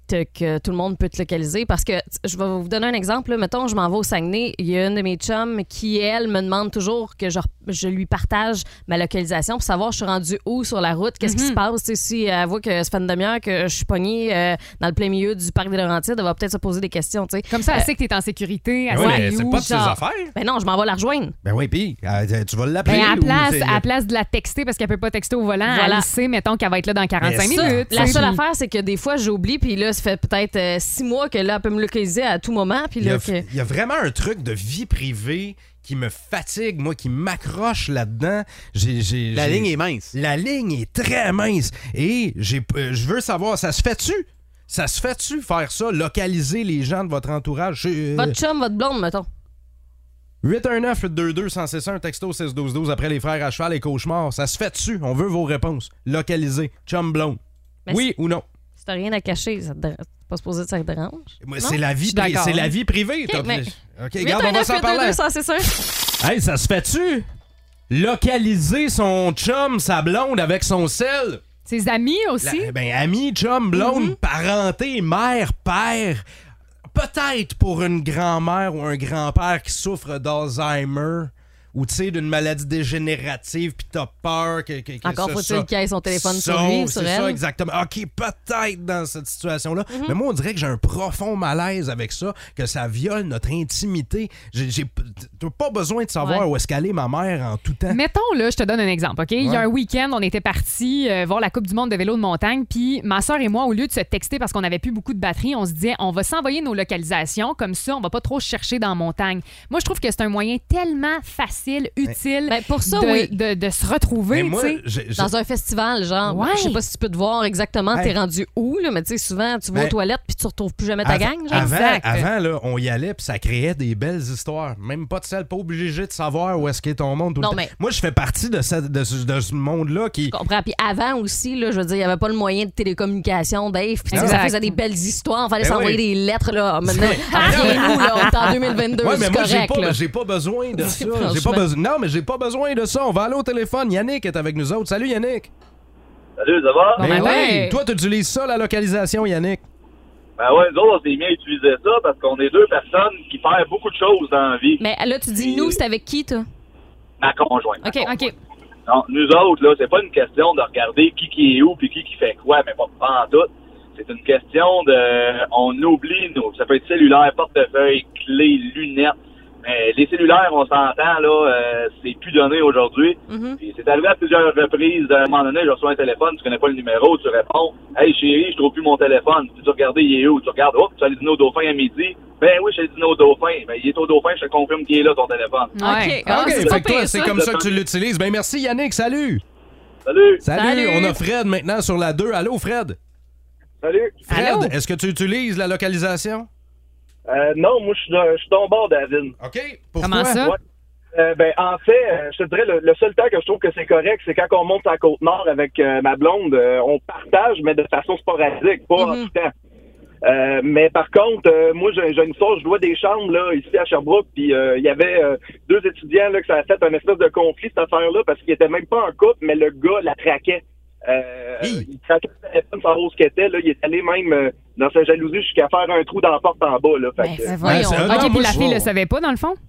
Speaker 3: te- que tout le monde peut te localiser. Parce que, je vais vous donner un exemple. Là. Mettons, je m'en vais au Saguenay. Il y a une de mes chums qui, elle, me demande toujours que je, je lui partage ma localisation pour savoir je suis rendue où sur la route, qu'est-ce mm-hmm. qui se passe. T'sais, si elle voit que ça fait une demi-heure que je suis pognée euh, dans le plein milieu du parc des Laurentides, elle va peut-être se poser des questions. T'sais.
Speaker 4: Comme ça, elle
Speaker 3: Euh,
Speaker 4: sait que t'es en sécurité. Elle
Speaker 2: Ben oui,
Speaker 4: sait
Speaker 2: mais c'est
Speaker 4: où,
Speaker 2: pas de ses
Speaker 4: genre.
Speaker 2: affaires.
Speaker 3: Ben non, je m'en vais la rejoindre.
Speaker 2: Ben oui, puis euh, tu vas l'appeler.
Speaker 4: Ben, à,
Speaker 2: ou
Speaker 4: place,
Speaker 2: c'est-
Speaker 4: à place de la texter parce qu'elle peut pas texter au volant,
Speaker 3: Voilà.
Speaker 4: elle sait, mettons, qu'elle va être là dans quarante-cinq
Speaker 2: Mais ça,
Speaker 4: minutes.
Speaker 3: La
Speaker 4: tu sais,
Speaker 3: seule
Speaker 4: puis-
Speaker 3: affaire, c'est que des fois, j'oublie, puis là, ça fait peut-être euh, six mois que là, elle peut me localiser à tout moment. Puis
Speaker 2: Il y,
Speaker 3: là,
Speaker 2: a,
Speaker 3: que...
Speaker 2: il y a vraiment un truc de vie privée qui me fatigue, moi, qui m'accroche là-dedans. J'ai, j'ai,
Speaker 5: La
Speaker 2: j'ai-
Speaker 5: ligne est mince.
Speaker 2: La ligne est très mince. Et j'ai, euh, je veux savoir, ça se fait-tu? Ça se fait-tu faire ça, localiser les gens de votre entourage? Je- euh,
Speaker 3: Votre chum, votre blonde, mettons.
Speaker 2: huit un neuf huit deux deux un zéro six un, texto six douze douze après les frères à cheval et cauchemars. Ça se fait dessus. On veut vos réponses. Localiser. Chum blonde.
Speaker 3: Mais
Speaker 2: oui ou non?
Speaker 3: Si t'as rien à cacher, ça te dérange. C'est pas supposé que ça te dérange.
Speaker 2: Moi,
Speaker 3: Non?
Speaker 2: c'est la
Speaker 3: Je
Speaker 2: vie,
Speaker 3: suis
Speaker 2: pri-
Speaker 3: d'accord.
Speaker 2: c'est la vie privée.
Speaker 3: OK,
Speaker 2: t'as-
Speaker 3: mais-
Speaker 2: OK, regarde, on va s'en parler.
Speaker 3: c'est sûr.
Speaker 2: Hey, ça se fait-tu? Localiser son chum, sa blonde avec son sel?
Speaker 4: Ses amis aussi.
Speaker 2: La- ben, ami, chum, blonde,
Speaker 3: Mm-hmm.
Speaker 2: parenté, mère, père. Peut-être pour une grand-mère ou un grand-père qui souffre d'Alzheimer ou, tu sais, d'une maladie dégénérative, puis t'as peur que... que, que
Speaker 3: Encore
Speaker 2: ça,
Speaker 3: faut-il
Speaker 2: ça
Speaker 3: qu'il ait son téléphone sur
Speaker 2: sauve,
Speaker 3: lui ou sur
Speaker 2: c'est
Speaker 3: elle.
Speaker 2: ça, exactement. OK, peut-être dans cette situation-là.
Speaker 3: Mm-hmm.
Speaker 2: Mais moi, on dirait que j'ai un profond malaise avec ça, que ça viole notre intimité. J'ai, j'ai t'as pas besoin de savoir
Speaker 4: Ouais.
Speaker 2: où est-ce qu'elle est, ma mère, en tout temps.
Speaker 4: Mettons, là, je te donne un exemple, OK? Il y
Speaker 2: Ouais.
Speaker 4: a un week-end, on était partis euh, voir la Coupe du monde de vélo de montagne, puis ma soeur et moi, au lieu de se texter parce qu'on n'avait plus beaucoup de batterie, on se disait, on va s'envoyer nos localisations, comme ça, on va pas trop chercher dans la montagne. Moi, je trouve que c'est un moyen tellement facile, utile
Speaker 3: Ben, pour ça,
Speaker 4: de,
Speaker 3: oui.
Speaker 4: de, de se retrouver,
Speaker 2: Mais moi,
Speaker 4: tu sais.
Speaker 2: j'ai- j'ai-
Speaker 3: Dans un festival, genre,
Speaker 4: Ouais.
Speaker 3: je sais pas si tu peux te voir exactement
Speaker 2: Hey.
Speaker 3: t'es rendu où, là, mais tu sais, souvent, tu vas
Speaker 2: Ben,
Speaker 3: aux toilettes puis tu retrouves plus jamais ta
Speaker 2: Av-
Speaker 3: gang. Genre.
Speaker 2: Avant,
Speaker 4: Exact.
Speaker 2: avant là, on y allait puis ça créait des belles histoires. Même pas de celle, pas obligé de savoir où est-ce qu'est ton monde tout
Speaker 3: Non,
Speaker 2: le temps.
Speaker 3: mais-
Speaker 2: Moi, je fais partie de, cette- de ce, de ce monde-là qui...
Speaker 3: Je comprends. Puis avant aussi, là, je veux dire, il n'y avait pas le moyen de télécommunication, Dave. Puis tu sais, ça
Speaker 4: Exact.
Speaker 3: faisait des belles histoires. Il fallait
Speaker 2: Ben
Speaker 3: s'envoyer
Speaker 2: oui.
Speaker 3: des lettres, là. Maintenant, reviens-nous, là, on est en deux mille vingt-deux,
Speaker 2: Ouais, mais
Speaker 3: c'est
Speaker 2: moi, j'ai
Speaker 3: correct,
Speaker 2: pas,
Speaker 3: là.
Speaker 2: j'ai pas besoin de ça. J'ai
Speaker 3: Franchement.
Speaker 2: pas besoin. Non, mais j'ai pas besoin de ça. On va aller au téléphone. Yannick est avec nous autres. Salut, Yannick.
Speaker 12: Salut, ça va?
Speaker 4: Bon,
Speaker 2: Ben
Speaker 4: ben
Speaker 2: oui.
Speaker 4: ouais.
Speaker 2: Toi, tu utilises ça, la localisation, Yannick.
Speaker 12: Ben ouais, nous autres, on s'est mis à utiliser ça parce qu'on est deux personnes qui font beaucoup de choses dans la vie.
Speaker 3: Mais là, tu dis nous, c'est avec qui, toi?
Speaker 12: Ma conjointe.
Speaker 3: OK, OK.
Speaker 12: Non, nous autres, là, c'est pas une question de regarder qui qui est où puis qui qui fait quoi, mais pas, pas en tout. C'est une question de... On oublie, nos, ça peut être cellulaire, portefeuille, clés, lunettes. Mais les cellulaires, on s'entend, là, euh, c'est plus donné aujourd'hui.
Speaker 3: Mhm.
Speaker 12: Puis c'est arrivé à plusieurs reprises. À un moment donné, je reçois un téléphone, tu connais pas le numéro, tu réponds « Hey chérie, je trouve plus mon téléphone. » Tu regardes, il est où? Tu regardes, oh, tu vas aller dîner au Dauphin à midi. Ben oui, je suis allé dîner au Dauphin. Ben il est au Dauphin, je te confirme qu'il est là, ton téléphone.
Speaker 3: OK.
Speaker 4: Ouais.
Speaker 3: Ah,
Speaker 2: OK,
Speaker 3: c'est
Speaker 2: fait
Speaker 3: pas
Speaker 2: que toi,
Speaker 3: pire,
Speaker 2: c'est
Speaker 3: ça.
Speaker 2: comme ça que tu l'utilises. Ben merci, Yannick. Salut.
Speaker 12: Salut!
Speaker 2: Salut.
Speaker 3: Salut.
Speaker 2: On a Fred maintenant sur la deux. Allô, Fred.
Speaker 12: Salut!
Speaker 2: Fred,
Speaker 4: Allô?
Speaker 2: est-ce que tu utilises la localisation?
Speaker 12: Euh, non, moi, je suis dans- je suis ton bord, David.
Speaker 2: OK. Pourquoi?
Speaker 4: Comment ça?
Speaker 12: Ouais. Euh, ben, en fait, euh, je te dirais, le, le seul temps que je trouve que c'est correct, c'est quand on monte à la Côte-Nord avec euh, ma blonde, euh, on partage, mais de façon sporadique, pas en
Speaker 3: Mhm.
Speaker 12: tout temps. Euh, mais par contre, euh, moi, j'ai, j'ai une histoire, je dois des chambres, là, ici à Sherbrooke, puis euh, il y avait euh, deux étudiants, là, que ça a fait un espèce de conflit, cette affaire-là, parce qu'ils étaient même pas en couple, mais le gars la traquait. Euh,
Speaker 2: Hi.
Speaker 12: il traquait le téléphone sans rose qu'il était, là, il est allé même euh, dans sa jalousie jusqu'à faire un trou dans la porte en bas, là. Fait
Speaker 3: Ben,
Speaker 12: que,
Speaker 3: ben, voyons.
Speaker 2: c'est-
Speaker 4: OK,
Speaker 2: non,
Speaker 4: puis
Speaker 2: moi,
Speaker 4: la
Speaker 2: je-
Speaker 4: fille le savait pas, dans le fond?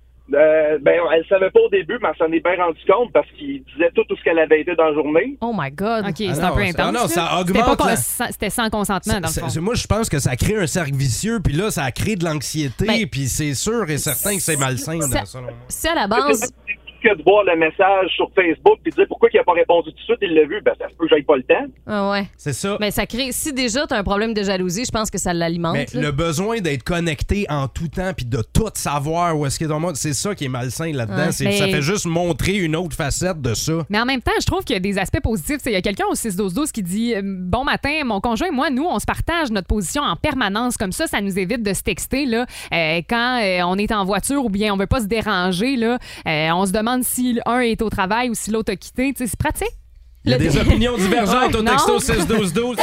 Speaker 12: Euh, ben, elle savait pas au début, mais elle s'en est bien rendu compte parce qu'il disait tout, tout ce qu'elle avait été dans la journée.
Speaker 3: Oh my God.
Speaker 4: OK, c'est
Speaker 2: Ah
Speaker 4: un peu
Speaker 2: non,
Speaker 4: intense.
Speaker 2: ah non,
Speaker 4: là.
Speaker 2: ça
Speaker 4: C'était pas
Speaker 2: augmente
Speaker 4: con-
Speaker 2: la-
Speaker 4: sans- C'était sans consentement, dans le
Speaker 2: C'est-
Speaker 4: fond.
Speaker 2: c'est- moi, je pense que ça crée un cercle vicieux, puis là, ça crée de l'anxiété,
Speaker 3: Ben,
Speaker 2: puis c'est sûr et certain que c'est malsain.
Speaker 3: ça-
Speaker 2: dans ça, non?
Speaker 3: Si à la base,
Speaker 12: Que de voir le message sur Facebook puis de dire pourquoi il a pas répondu tout de suite, il l'a vu, ben ça se peut que j'aille pas le temps.
Speaker 3: ah ouais.
Speaker 2: C'est ça.
Speaker 3: Mais ça crée. Si déjà t'as un problème de jalousie, je pense que ça l'alimente.
Speaker 2: Mais
Speaker 3: là.
Speaker 2: le besoin d'être connecté en tout temps puis de tout savoir où est-ce qu'il est ton monde, c'est ça qui est malsain là-dedans.
Speaker 3: Ouais.
Speaker 2: C'est-
Speaker 4: Mais-
Speaker 2: Ça fait juste montrer une autre facette de ça.
Speaker 4: Mais en même temps, je trouve qu'il y a des aspects positifs. Il y a quelqu'un au six douze douze qui dit euh, bon matin, mon conjoint et moi, nous, on se partage notre position en permanence. Comme ça, ça nous évite de se texter là, euh, quand euh, on est en voiture ou bien on veut pas se déranger. Là, euh, on se demande si un est au travail ou si l'autre a quitté. Tu sais, c'est pratique.
Speaker 2: Il y a
Speaker 3: Le-
Speaker 2: des opinions divergentes au
Speaker 4: Ouais,
Speaker 2: texto
Speaker 4: non.
Speaker 2: six douze douze.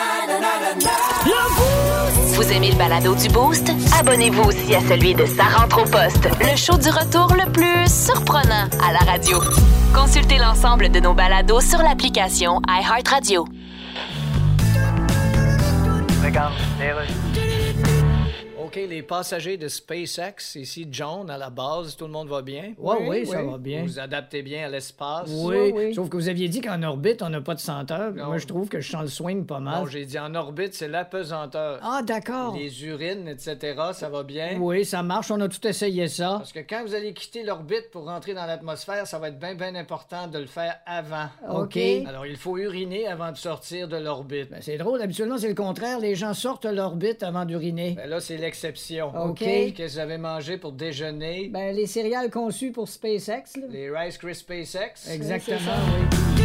Speaker 1: Vous aimez le balado du Boost? Abonnez-vous aussi à celui de Sa rentre au poste, le show du retour le plus surprenant à la radio. Consultez l'ensemble de nos balados sur l'application iHeartRadio.
Speaker 9: OK, les passagers de SpaceX, ici John, à la base, tout le monde va bien?
Speaker 8: Oui, oui, oui, ça va bien.
Speaker 9: Vous vous adaptez bien à l'espace?
Speaker 8: Oui, oui, oui. Sauf que vous aviez dit qu'en orbite, on n'a pas de senteur. Moi, je trouve que je sens le swing pas mal.
Speaker 9: Non, j'ai dit en orbite, c'est l'apesanteur.
Speaker 8: Ah, d'accord.
Speaker 9: Les urines, et cetera, ça va bien?
Speaker 8: Oui, ça marche. On a tout essayé ça.
Speaker 9: Parce que quand vous allez quitter l'orbite pour rentrer dans l'atmosphère, ça va être bien, bien important de le faire avant.
Speaker 8: OK.
Speaker 9: Alors, il faut uriner avant de sortir de l'orbite.
Speaker 8: Ben, c'est drôle. Habituellement, c'est le contraire. Les gens sortent l'orbite avant d'uriner.
Speaker 9: Ben là, c'est l'exception.
Speaker 8: OK.
Speaker 9: Qu'est-ce que vous avez mangé pour déjeuner?
Speaker 8: Ben, les céréales conçues pour SpaceX, là.
Speaker 9: Les Rice Krispies SpaceX?
Speaker 8: Exactement,
Speaker 9: Ça,
Speaker 8: oui.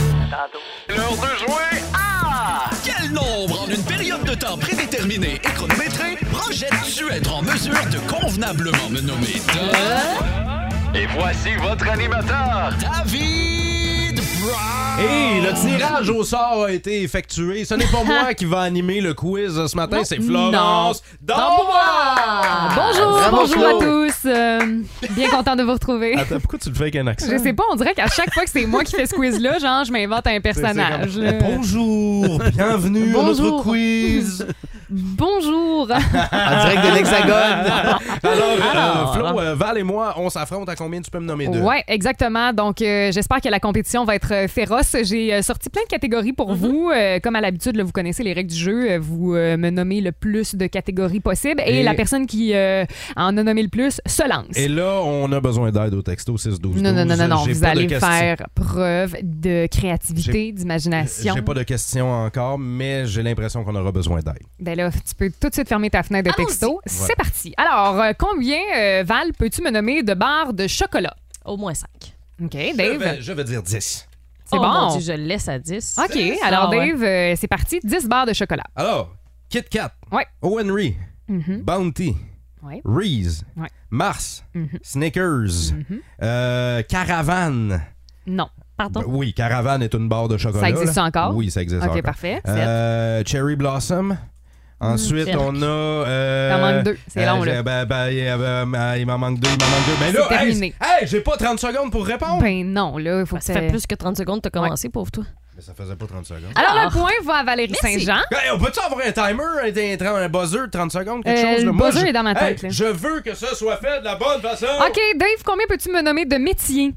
Speaker 7: L'heure de jouer à... Quel nombre en une période de temps prédéterminée et chronométrée projettes-tu être en mesure de convenablement me nommer Tom? Et voici votre animateur, David Brown!
Speaker 2: Et le tirage au sort a été effectué. Ce n'est pas moi qui va animer le quiz ce matin,
Speaker 4: Non.
Speaker 2: c'est Florence D'Amboise!
Speaker 4: Bonjour,
Speaker 2: Bravo,
Speaker 4: bonjour
Speaker 2: Flo.
Speaker 4: à tous. Euh, bien content de vous retrouver.
Speaker 2: Attends, pourquoi tu le fais avec un accent?
Speaker 4: Je sais pas, on dirait qu'à chaque fois que c'est moi qui fais ce quiz-là, genre, je m'invente un personnage.
Speaker 2: C'est- c'est comme- Bonjour, bienvenue à
Speaker 4: Bonjour.
Speaker 2: notre quiz.
Speaker 4: Bonjour.
Speaker 5: En direct de l'Hexagone.
Speaker 2: Alors,
Speaker 4: Alors.
Speaker 2: euh, Flo, euh, Val et moi, on s'affronte à combien tu peux me nommer deux?
Speaker 4: Ouais, exactement. Donc, euh, j'espère que la compétition va être euh, féroce. J'ai euh, sorti plein de catégories pour vous. Euh, comme à l'habitude, là, vous connaissez les règles du jeu. Euh, Vous euh, me nommez le plus de catégories possible et,
Speaker 2: Et-
Speaker 4: la personne qui euh, en a nommé le plus se lance.
Speaker 2: Et là, on a besoin d'aide au texto six douze.
Speaker 4: Non, non, non, non, non.
Speaker 2: J'ai
Speaker 4: Vous
Speaker 2: pas de
Speaker 4: allez
Speaker 2: questions.
Speaker 4: faire preuve de créativité, d'imagination.
Speaker 2: J'ai pas de questions encore, mais j'ai l'impression qu'on aura besoin d'aide.
Speaker 4: Ben là, tu peux tout de suite fermer ta fenêtre de texto. C'est
Speaker 2: Voilà.
Speaker 4: parti. Alors, euh, combien, euh, Val, peux-tu me nommer de barres de chocolat?
Speaker 3: Au moins cinq.
Speaker 4: OK,
Speaker 2: Je
Speaker 4: Dave.
Speaker 2: vais, je vais dire dix.
Speaker 4: C'est
Speaker 3: Oh
Speaker 4: bon.
Speaker 3: mon Dieu, je le laisse à dix.
Speaker 4: OK,
Speaker 3: Ah,
Speaker 4: alors
Speaker 3: ouais.
Speaker 4: Dave, euh, c'est parti. dix barres de chocolat.
Speaker 2: Alors, Kit Kat,
Speaker 4: Ouais.
Speaker 2: O. Henry,
Speaker 4: Mhm.
Speaker 2: Bounty,
Speaker 4: Ouais.
Speaker 2: Reese,
Speaker 4: Ouais.
Speaker 2: Mars,
Speaker 4: Mhm.
Speaker 2: Snickers,
Speaker 4: Mhm.
Speaker 2: euh, Caravane.
Speaker 4: Non. Pardon?
Speaker 2: Ben oui, Caravane est une barre de chocolat.
Speaker 4: Ça existe
Speaker 2: là.
Speaker 4: encore?
Speaker 2: Oui, ça existe
Speaker 4: OK,
Speaker 2: encore.
Speaker 4: parfait.
Speaker 2: Euh, Cherry Blossom. Ensuite,
Speaker 3: Mmh,
Speaker 2: on a... Euh,
Speaker 4: T'en manques deux. C'est long, là.
Speaker 2: Ben, ben, il, euh, ben, il m'en manque deux, il m'en manque deux. Ben là,
Speaker 4: C'est
Speaker 2: hey,
Speaker 4: terminé.
Speaker 2: hey, j'ai pas trente secondes pour répondre.
Speaker 4: Ben non, là, il faut
Speaker 3: Ben,
Speaker 4: que
Speaker 3: ça fait plus que trente secondes que tu as commencé, pauvre toi.
Speaker 2: Mais ça faisait pas trente secondes.
Speaker 4: Alors,
Speaker 3: Ah.
Speaker 4: le point va à Valérie
Speaker 3: Merci.
Speaker 4: Saint-Jean.
Speaker 2: Hey, on peut-tu avoir un timer, un, un buzzer de trente secondes, quelque
Speaker 4: Euh,
Speaker 2: chose?
Speaker 4: le
Speaker 2: là? Moi,
Speaker 4: buzzer
Speaker 2: je-
Speaker 4: est dans ma tête,
Speaker 2: Hey,
Speaker 4: là.
Speaker 2: je veux que ça soit fait de la bonne façon.
Speaker 4: OK, Dave, combien peux-tu me nommer de métiers?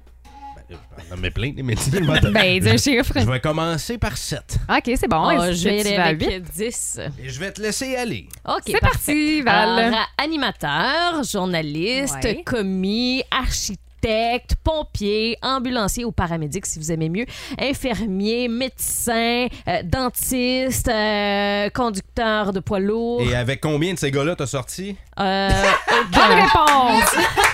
Speaker 2: Ben, mais plein des métiers.
Speaker 4: Ben, dis un chiffre.
Speaker 2: Je vais commencer par sept.
Speaker 4: OK, c'est bon.
Speaker 3: Ah,
Speaker 4: Est-ce
Speaker 3: je vais
Speaker 4: que
Speaker 3: y
Speaker 4: tu
Speaker 3: aller
Speaker 4: vas à
Speaker 3: avec
Speaker 4: huit?
Speaker 3: dix.
Speaker 2: Et je vais te laisser aller.
Speaker 3: OK,
Speaker 4: C'est
Speaker 3: parfait.
Speaker 4: parti, Val.
Speaker 3: Alors, animateur, journaliste,
Speaker 4: Ouais.
Speaker 3: commis, architecte, pompier, ambulancier ou paramédic si vous aimez mieux, infirmier, médecin, euh, dentiste, euh, conducteur de poids lourd.
Speaker 2: Et avec combien de ces gars-là t'as sorti?
Speaker 3: Euh,
Speaker 4: Bonne
Speaker 3: aucun,
Speaker 4: réponse!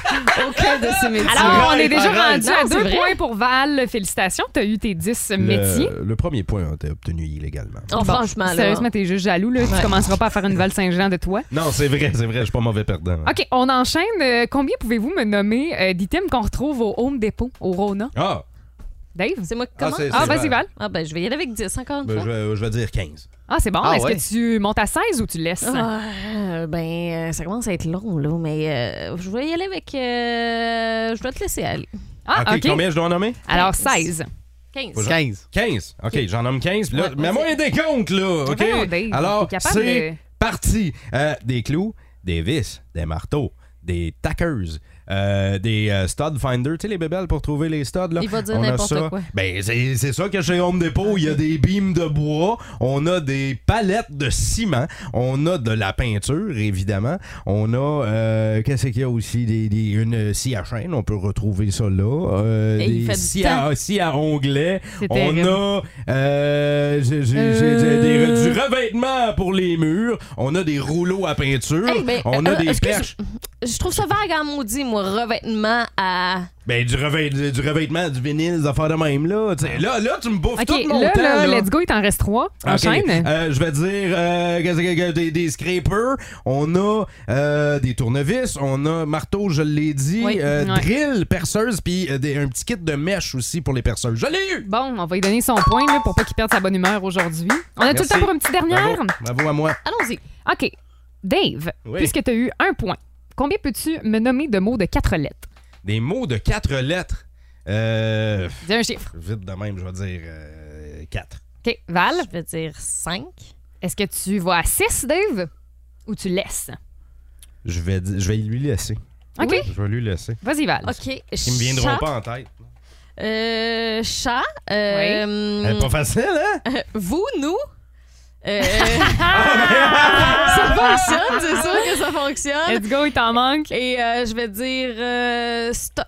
Speaker 3: aucun de ces métiers.
Speaker 4: Alors, on est
Speaker 2: Arrête,
Speaker 4: déjà
Speaker 2: arrête.
Speaker 4: rendu
Speaker 3: Non,
Speaker 4: à
Speaker 3: c'est
Speaker 4: deux
Speaker 3: vrai.
Speaker 4: points pour Val. Félicitations, tu as eu tes dix métiers.
Speaker 2: Le, le premier point a été obtenu illégalement.
Speaker 3: Oh,
Speaker 4: Bon,
Speaker 3: franchement, là.
Speaker 4: Sérieusement, t'es juste jaloux, là. Tu
Speaker 3: Ouais.
Speaker 4: commenceras pas à faire une Val Saint-Jean de toi.
Speaker 2: Non, c'est vrai, c'est vrai, je suis pas mauvais perdant.
Speaker 4: OK, on enchaîne. Euh, combien pouvez-vous me nommer euh, d'items qu'on retrouve au Home Depot, au Rona?
Speaker 2: Ah,
Speaker 4: Dave?
Speaker 3: C'est moi qui
Speaker 2: Ah,
Speaker 3: commence?
Speaker 2: c'est-
Speaker 4: Ah,
Speaker 2: c'est
Speaker 4: vas-y, Val.
Speaker 3: Ah, ben, je vais y aller avec dix, encore une
Speaker 2: ben,
Speaker 3: fois.
Speaker 2: je, vais, je vais dire quinze.
Speaker 4: Ah, c'est bon.
Speaker 5: Ah,
Speaker 4: Est-ce
Speaker 5: ouais.
Speaker 4: que tu montes à seize ou tu laisses?
Speaker 3: Ah, euh, ben, euh, ça commence à être long, là, mais euh, je vais y aller avec... euh, je dois te laisser aller.
Speaker 4: Ah,
Speaker 2: OK,
Speaker 4: OK.
Speaker 2: combien je dois en nommer?
Speaker 4: Alors, seize.
Speaker 3: quinze.
Speaker 5: quinze.
Speaker 2: quinze. OK, j'en nomme quinze. Puis là,
Speaker 3: Ouais,
Speaker 2: mets-moi un décompte, là. OK?
Speaker 4: Voyons, Dave,
Speaker 2: Alors,
Speaker 4: t'es capable
Speaker 2: c'est
Speaker 4: de-
Speaker 2: parti. Euh, des clous, des vis, des marteaux, des tackers, euh, des euh, stud finders, tu sais, les bébelles pour trouver les studs, là.
Speaker 3: Il va dire
Speaker 2: On a
Speaker 3: n'importe
Speaker 2: ça.
Speaker 3: quoi.
Speaker 2: Ben, c'est c'est ça que chez Home Depot, il y a des beams de bois, on a des palettes de ciment, on a de la peinture, évidemment. On a, euh, qu'est-ce qu'il y a aussi? Des, des- une scie à chaîne, on peut retrouver ça là. Euh,
Speaker 3: Et il
Speaker 2: des
Speaker 3: fait du
Speaker 2: scies à,
Speaker 3: temps.
Speaker 2: scies à onglets.
Speaker 4: C'est
Speaker 2: On
Speaker 4: terrible.
Speaker 2: a euh, j'ai- j'ai- j'ai-
Speaker 4: Euh.
Speaker 2: des- du revêtement pour les murs. On a des rouleaux à peinture.
Speaker 3: Hey, ben,
Speaker 2: on a
Speaker 3: euh,
Speaker 2: des
Speaker 3: excuse-
Speaker 2: perches.
Speaker 3: Je trouve ça vague en maudit, moi, revêtement à...
Speaker 2: Ben, du, revêt- du, du revêtement, du vinyle, des affaires de même, là. T'sais, là, là, tu me bouffes
Speaker 4: OK,
Speaker 2: tout mon
Speaker 4: là,
Speaker 2: temps,
Speaker 4: là,
Speaker 2: là.
Speaker 4: let's go, il t'en reste trois.
Speaker 2: OK.
Speaker 4: Enchaîne.
Speaker 2: Euh, je vais dire euh, qu'est-ce que- que- des, des scrapers. On a euh, des tournevis. On a marteau, je l'ai dit.
Speaker 3: Oui.
Speaker 2: euh,
Speaker 4: Ouais.
Speaker 2: Drill, perceuse, puis euh, des- un petit kit de mèche aussi pour les perceuses. Je l'ai eu!
Speaker 4: Bon, on va lui donner son point là, pour pas qu'il perde sa bonne humeur aujourd'hui. On a tout le
Speaker 2: Merci.
Speaker 4: temps pour une petite dernière?
Speaker 2: Bravo, Bravo à moi.
Speaker 3: Allons-y.
Speaker 4: OK. Dave,
Speaker 2: Oui.
Speaker 4: puisque tu as eu un point, combien peux-tu me nommer de mots de quatre lettres?
Speaker 2: Des mots de quatre lettres. Euh,
Speaker 4: Dis un chiffre.
Speaker 2: vite de même, je vais dire euh, quatre.
Speaker 4: OK. Val,
Speaker 3: Je vais dire cinq.
Speaker 4: Est-ce que tu vas à six, Dave, ou tu laisses?
Speaker 2: Je vais, je vais lui laisser.
Speaker 4: OK.
Speaker 3: Oui.
Speaker 2: Je vais lui laisser.
Speaker 4: Vas-y, Val.
Speaker 3: OK.
Speaker 2: Ils me viendront
Speaker 3: Chat.
Speaker 2: pas en tête.
Speaker 3: Euh, chat. Euh,
Speaker 2: Elle est pas facile, hein?
Speaker 3: euh, vous, nous. Euh, ça fonctionne, c'est sûr que ça fonctionne.
Speaker 4: Let's go, il t'en manque.
Speaker 3: Et euh, je vais dire euh, stock.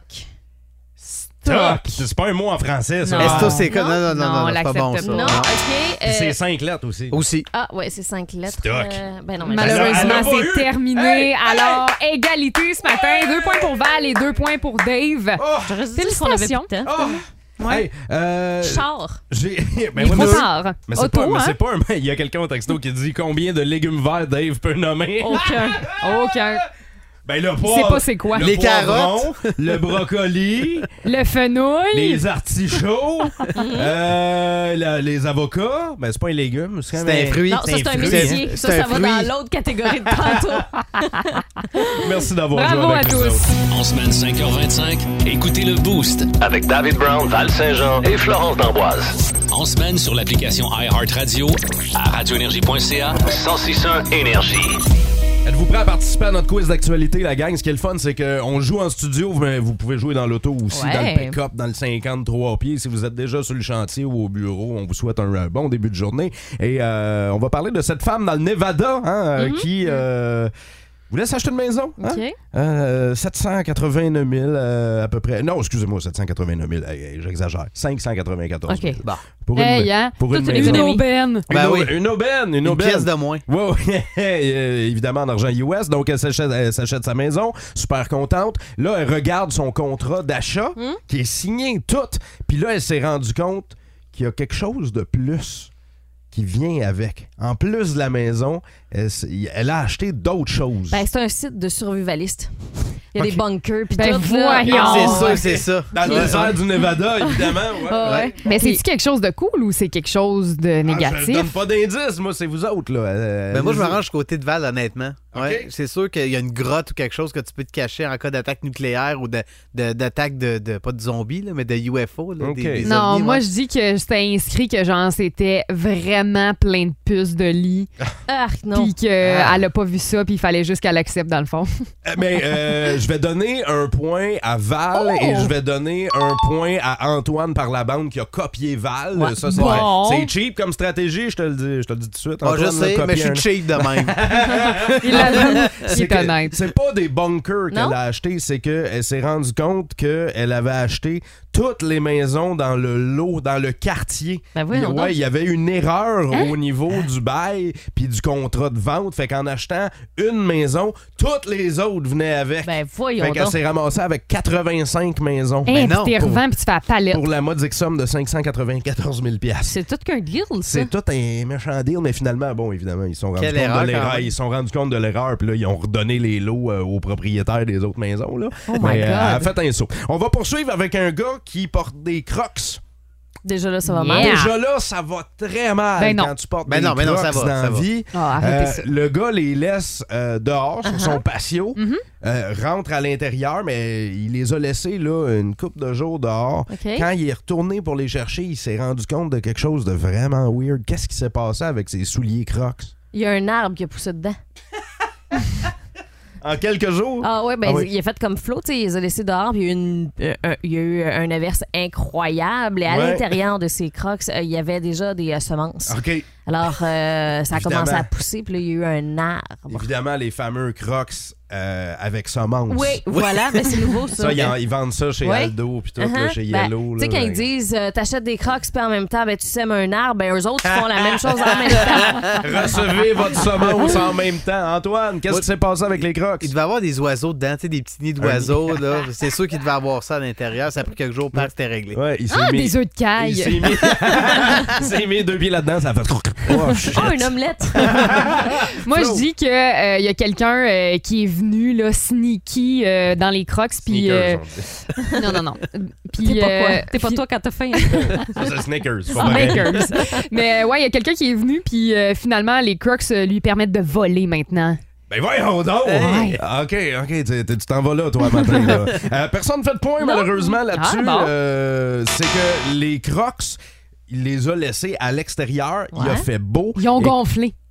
Speaker 2: Stock. C'est pas un mot en français, ça.
Speaker 3: Non.
Speaker 5: Esto, c'est quoi?
Speaker 3: Non.
Speaker 5: Non, non, non,
Speaker 4: Non,
Speaker 5: non,
Speaker 4: on
Speaker 5: c'est pas bon,
Speaker 4: l'accepte
Speaker 5: ça.
Speaker 3: Non, OK.
Speaker 2: Puis
Speaker 3: euh,
Speaker 2: c'est cinq lettres aussi.
Speaker 5: Aussi.
Speaker 3: Ah, ouais, c'est cinq lettres.
Speaker 2: Stock.
Speaker 3: Euh, ben non, mais
Speaker 4: Malheureusement,
Speaker 2: Elle a pas
Speaker 4: c'est
Speaker 2: eu.
Speaker 4: terminé.
Speaker 2: Hey,
Speaker 4: Alors, égalité ce matin. Deux points pour Val et deux points pour Dave.
Speaker 2: Oh,
Speaker 3: j'aurais dû dire qu'on avait plus
Speaker 4: Félicitations.
Speaker 3: de temps.
Speaker 2: oh.
Speaker 4: Ouais.
Speaker 2: Hey, euh,
Speaker 3: Char.
Speaker 2: J'ai. Ben
Speaker 4: Il est
Speaker 2: ouais,
Speaker 4: trop
Speaker 2: mais-
Speaker 4: tard.
Speaker 2: Mais c'est
Speaker 4: Auto,
Speaker 2: pas, mais
Speaker 4: hein?
Speaker 2: c'est pas un. Il y a quelqu'un au texto qui dit combien de légumes verts Dave peut nommer.
Speaker 4: Aucun. Aucun.
Speaker 2: Ben le
Speaker 4: Il
Speaker 2: poivre.
Speaker 4: sait pas c'est quoi.
Speaker 2: Le
Speaker 5: Les
Speaker 2: poivron, le brocoli,
Speaker 4: Le fenouil.
Speaker 2: les artichauts, euh, la- les avocats. Ben c'est pas un légume, c'est quand
Speaker 5: C'est
Speaker 2: même
Speaker 5: un fruit.
Speaker 3: Non, ça, c'est un
Speaker 5: fruit.
Speaker 3: métier.
Speaker 5: C'est
Speaker 3: Ça,
Speaker 5: un
Speaker 3: ça va
Speaker 5: fruit.
Speaker 3: dans l'autre catégorie de tantôt.
Speaker 2: Merci d'avoir
Speaker 4: Bravo
Speaker 2: joué
Speaker 4: à
Speaker 2: avec nous
Speaker 4: tous.
Speaker 2: autres.
Speaker 7: En semaine cinq heures vingt-cinq, écoutez le Boost avec David Brown, Val Saint-Jean et Florence D'Amboise. En semaine sur l'application iHeartRadio, à radio énergie point c a, cent six point un Énergie.
Speaker 2: Êtes-vous prêts à participer à notre quiz d'actualité, la gang? Ce qui est le fun, c'est qu'on joue en studio, mais vous pouvez jouer dans l'auto aussi,
Speaker 3: Ouais.
Speaker 2: dans le pick-up, dans le cinquante-trois pieds. Si vous êtes déjà sur le chantier ou au bureau, on vous souhaite un, un bon début de journée. Et euh, on va parler de cette femme dans le Nevada hein, euh, qui euh, voulait s'acheter une maison. Hein?
Speaker 3: OK.
Speaker 2: Euh, sept cent quatre-vingt-neuf mille euh, à peu près. Non, excusez-moi, sept cent quatre-vingt-neuf mille. Hey, hey, j'exagère. cinq cent quatre-vingt-quatorze mille.
Speaker 3: OK.
Speaker 5: Bon.
Speaker 2: Pour une,
Speaker 4: Hey, hein?
Speaker 2: pour une
Speaker 3: Toute une
Speaker 2: maison.
Speaker 4: Une
Speaker 3: économie.
Speaker 4: aubaine.
Speaker 2: Une,
Speaker 5: Ben
Speaker 2: au-
Speaker 5: oui.
Speaker 2: une aubaine, une
Speaker 5: Une
Speaker 2: aubaine.
Speaker 5: pièce de moins.
Speaker 2: Oui, oui. Euh, évidemment en argent U S. Donc, elle s'achète, elle s'achète sa maison, super contente. Là, elle regarde son contrat d'achat
Speaker 3: Hmm?
Speaker 2: qui est signé tout. Puis là, elle s'est rendue compte qu'il y a quelque chose de plus qui vient avec. En plus de la maison, elle, s- elle a acheté d'autres choses.
Speaker 3: Ben, c'est un site de survivalistes. Il y a
Speaker 2: OK.
Speaker 3: des bunkers puis
Speaker 4: Ben,
Speaker 3: tout. là.
Speaker 4: voyons.
Speaker 3: Ah,
Speaker 5: C'est
Speaker 3: ouais.
Speaker 5: ça, c'est ça.
Speaker 2: Dans le
Speaker 5: Ouais.
Speaker 2: désert du Nevada, évidemment. Ouais.
Speaker 3: Ah, ouais.
Speaker 2: Ouais.
Speaker 4: Mais
Speaker 3: Puis-
Speaker 4: c'est-tu quelque chose de cool ou c'est quelque chose de
Speaker 2: Ah, je
Speaker 4: négatif?
Speaker 2: donne pas d'indice, moi, c'est vous autres. Là. Euh,
Speaker 5: Ben moi, je me
Speaker 2: allez-y.
Speaker 5: range du côté de Val, honnêtement. Ouais,
Speaker 2: OK.
Speaker 5: c'est sûr qu'il y a une grotte ou quelque chose que tu peux te cacher en cas d'attaque nucléaire ou de, de- d'attaque de, de- pas de zombies, là, mais de U F O. Là,
Speaker 2: OK.
Speaker 5: des, des
Speaker 4: Non,
Speaker 5: ovnis,
Speaker 4: moi
Speaker 5: ouais.
Speaker 4: je dis que c'était inscrit que genre c'était vraiment plein de puces de lit,
Speaker 3: Ah, non.
Speaker 4: puis qu'elle a pas vu ça, puis il fallait juste qu'elle accepte dans le fond.
Speaker 2: Euh, Mais euh, je vais donner un point à Val
Speaker 4: Oh!
Speaker 2: et je vais donner un point à Antoine par la bande qui a copié Val.
Speaker 3: Ouais.
Speaker 2: Ça, c'est,
Speaker 4: Bon.
Speaker 2: c'est cheap comme stratégie, je te le dis, je te le dis tout de suite.
Speaker 5: Ah, je
Speaker 2: Antoine a
Speaker 5: sais, mais
Speaker 2: copié
Speaker 5: je
Speaker 2: un-
Speaker 5: suis cheap de même.
Speaker 4: Il l'avoue, il
Speaker 2: C'est
Speaker 4: est
Speaker 2: que
Speaker 4: honnête.
Speaker 2: c'est pas des bunkers qu'elle
Speaker 3: Non?
Speaker 2: a achetés, c'est qu'elle s'est rendue compte qu'elle avait acheté toutes les maisons dans le lot, dans le quartier.
Speaker 3: Ben voyons
Speaker 2: Ouais,
Speaker 3: donc.
Speaker 2: il y avait une erreur
Speaker 4: Hein?
Speaker 2: au niveau du bail puis du contrat de vente. Fait qu'en achetant une maison, toutes les autres venaient avec.
Speaker 3: Ben, voyons
Speaker 2: Fait qu'elle
Speaker 3: donc.
Speaker 2: s'est ramassée avec quatre-vingt-cinq maisons.
Speaker 4: Hein,
Speaker 5: Ben
Speaker 4: puis
Speaker 5: non,
Speaker 4: t'es
Speaker 5: pour-
Speaker 4: revends, puis tu fais la palette.
Speaker 2: Pour la modique somme de cinq cent quatre-vingt-quatorze mille piastres.
Speaker 3: C'est tout qu'un deal, ça.
Speaker 2: C'est tout un méchant deal, mais finalement, bon, évidemment, ils sont rendus
Speaker 5: Quelle
Speaker 2: compte
Speaker 5: erreur,
Speaker 2: de
Speaker 5: quand
Speaker 2: l'erreur.
Speaker 5: même.
Speaker 2: Ils sont rendus compte de l'erreur, puis là, ils ont redonné les lots euh, aux propriétaires des autres maisons. Là.
Speaker 3: Oh my
Speaker 2: mais, euh,
Speaker 3: God.
Speaker 2: elle a fait un saut. On va poursuivre avec un gars qui porte des crocs.
Speaker 3: Déjà là, ça va
Speaker 4: Yeah.
Speaker 3: mal.
Speaker 2: Déjà là, ça va très mal
Speaker 4: Ben non.
Speaker 2: quand tu portes
Speaker 5: Ben
Speaker 2: des
Speaker 5: non, ben non,
Speaker 2: crocs
Speaker 5: ça va,
Speaker 2: dans
Speaker 5: ça
Speaker 2: la
Speaker 5: va.
Speaker 2: vie.
Speaker 4: Ah, arrêtez
Speaker 2: Euh,
Speaker 4: ça.
Speaker 2: le gars les laisse euh, dehors sur
Speaker 3: Uh-huh.
Speaker 2: son patio,
Speaker 4: Mhm.
Speaker 2: euh, rentre à l'intérieur, mais il les a laissés là, une couple de jours dehors.
Speaker 3: OK.
Speaker 2: Quand il est retourné pour les chercher, il s'est rendu compte de quelque chose de vraiment weird. Qu'est-ce qui s'est passé avec ses souliers crocs?
Speaker 3: Il y a un arbre qui a poussé dedans.
Speaker 2: En quelques jours?
Speaker 3: Ah ouais, ben
Speaker 2: Ah oui.
Speaker 3: il a fait comme flot, tu sais, il les a laissés dehors, puis il y a eu une, euh, un- il y a eu un averse incroyable. Et à
Speaker 2: Ouais.
Speaker 3: l'intérieur de ces crocs, euh, il y avait déjà des euh, semences.
Speaker 2: OK.
Speaker 3: Alors, euh, ça a
Speaker 2: Évidemment.
Speaker 3: commencé à pousser, puis là, il y a eu un arbre.
Speaker 2: Évidemment, les fameux crocs euh, avec semences.
Speaker 3: Oui, voilà, mais c'est nouveau, ça.
Speaker 2: Ça, ils, en- ils vendent ça chez
Speaker 3: Ouais.
Speaker 2: Aldo, puis tout, là,
Speaker 3: Uh-huh.
Speaker 2: chez
Speaker 3: Ben,
Speaker 2: Yellow.
Speaker 3: tu sais,
Speaker 2: là,
Speaker 3: quand
Speaker 2: ben-
Speaker 3: ils disent euh, t'achètes des crocs, puis en même temps, ben, tu sèmes un arbre, ben, eux autres, ils font la même chose en même temps.
Speaker 2: Recevez votre semence en même temps. Antoine, qu'est-ce
Speaker 5: Moi-
Speaker 2: qui s'est passé avec les crocs?
Speaker 5: Il devait avoir des oiseaux dedans, tu sais, des petits nids d'oiseaux. là. C'est sûr qu'il devait avoir ça à l'intérieur. Ça a pris quelques jours, puis c'était réglé.
Speaker 2: Ouais, il s'est
Speaker 4: Ah,
Speaker 2: mis...
Speaker 4: des œufs de
Speaker 2: Il
Speaker 4: caille.
Speaker 2: s'est mis... il s'est mis deux pieds là-dedans, ça a fait... Oh, shit.
Speaker 3: Oh, une omelette!
Speaker 4: Moi, je dis qu'il y a quelqu'un euh, qui est venu là, sneaky euh, dans les crocs. Puis,
Speaker 2: Sneakers,
Speaker 4: euh,
Speaker 2: on dit.
Speaker 4: non, non, non. Puis,
Speaker 3: T'es pas quoi?
Speaker 4: euh,
Speaker 3: T'es pas
Speaker 4: puis-
Speaker 3: toi quand t'as faim.
Speaker 2: Ça, c'est Snickers. c'est pas pareil.
Speaker 4: Sneakers. Mais ouais, il y a quelqu'un qui est venu, puis euh, finalement, les crocs euh, lui permettent de voler maintenant.
Speaker 2: Ben voyons donc!
Speaker 4: Hey.
Speaker 2: OK, OK, tu tu t'en vas là, toi, matin. Là. Euh, personne ne fait de point, malheureusement, là-dessus.
Speaker 4: Ah, bon.
Speaker 2: Euh, c'est que les crocs, il les a laissés à l'extérieur. Il a
Speaker 3: Ouais.
Speaker 2: fait beau.
Speaker 4: Ils ont
Speaker 2: Et-
Speaker 4: gonflé.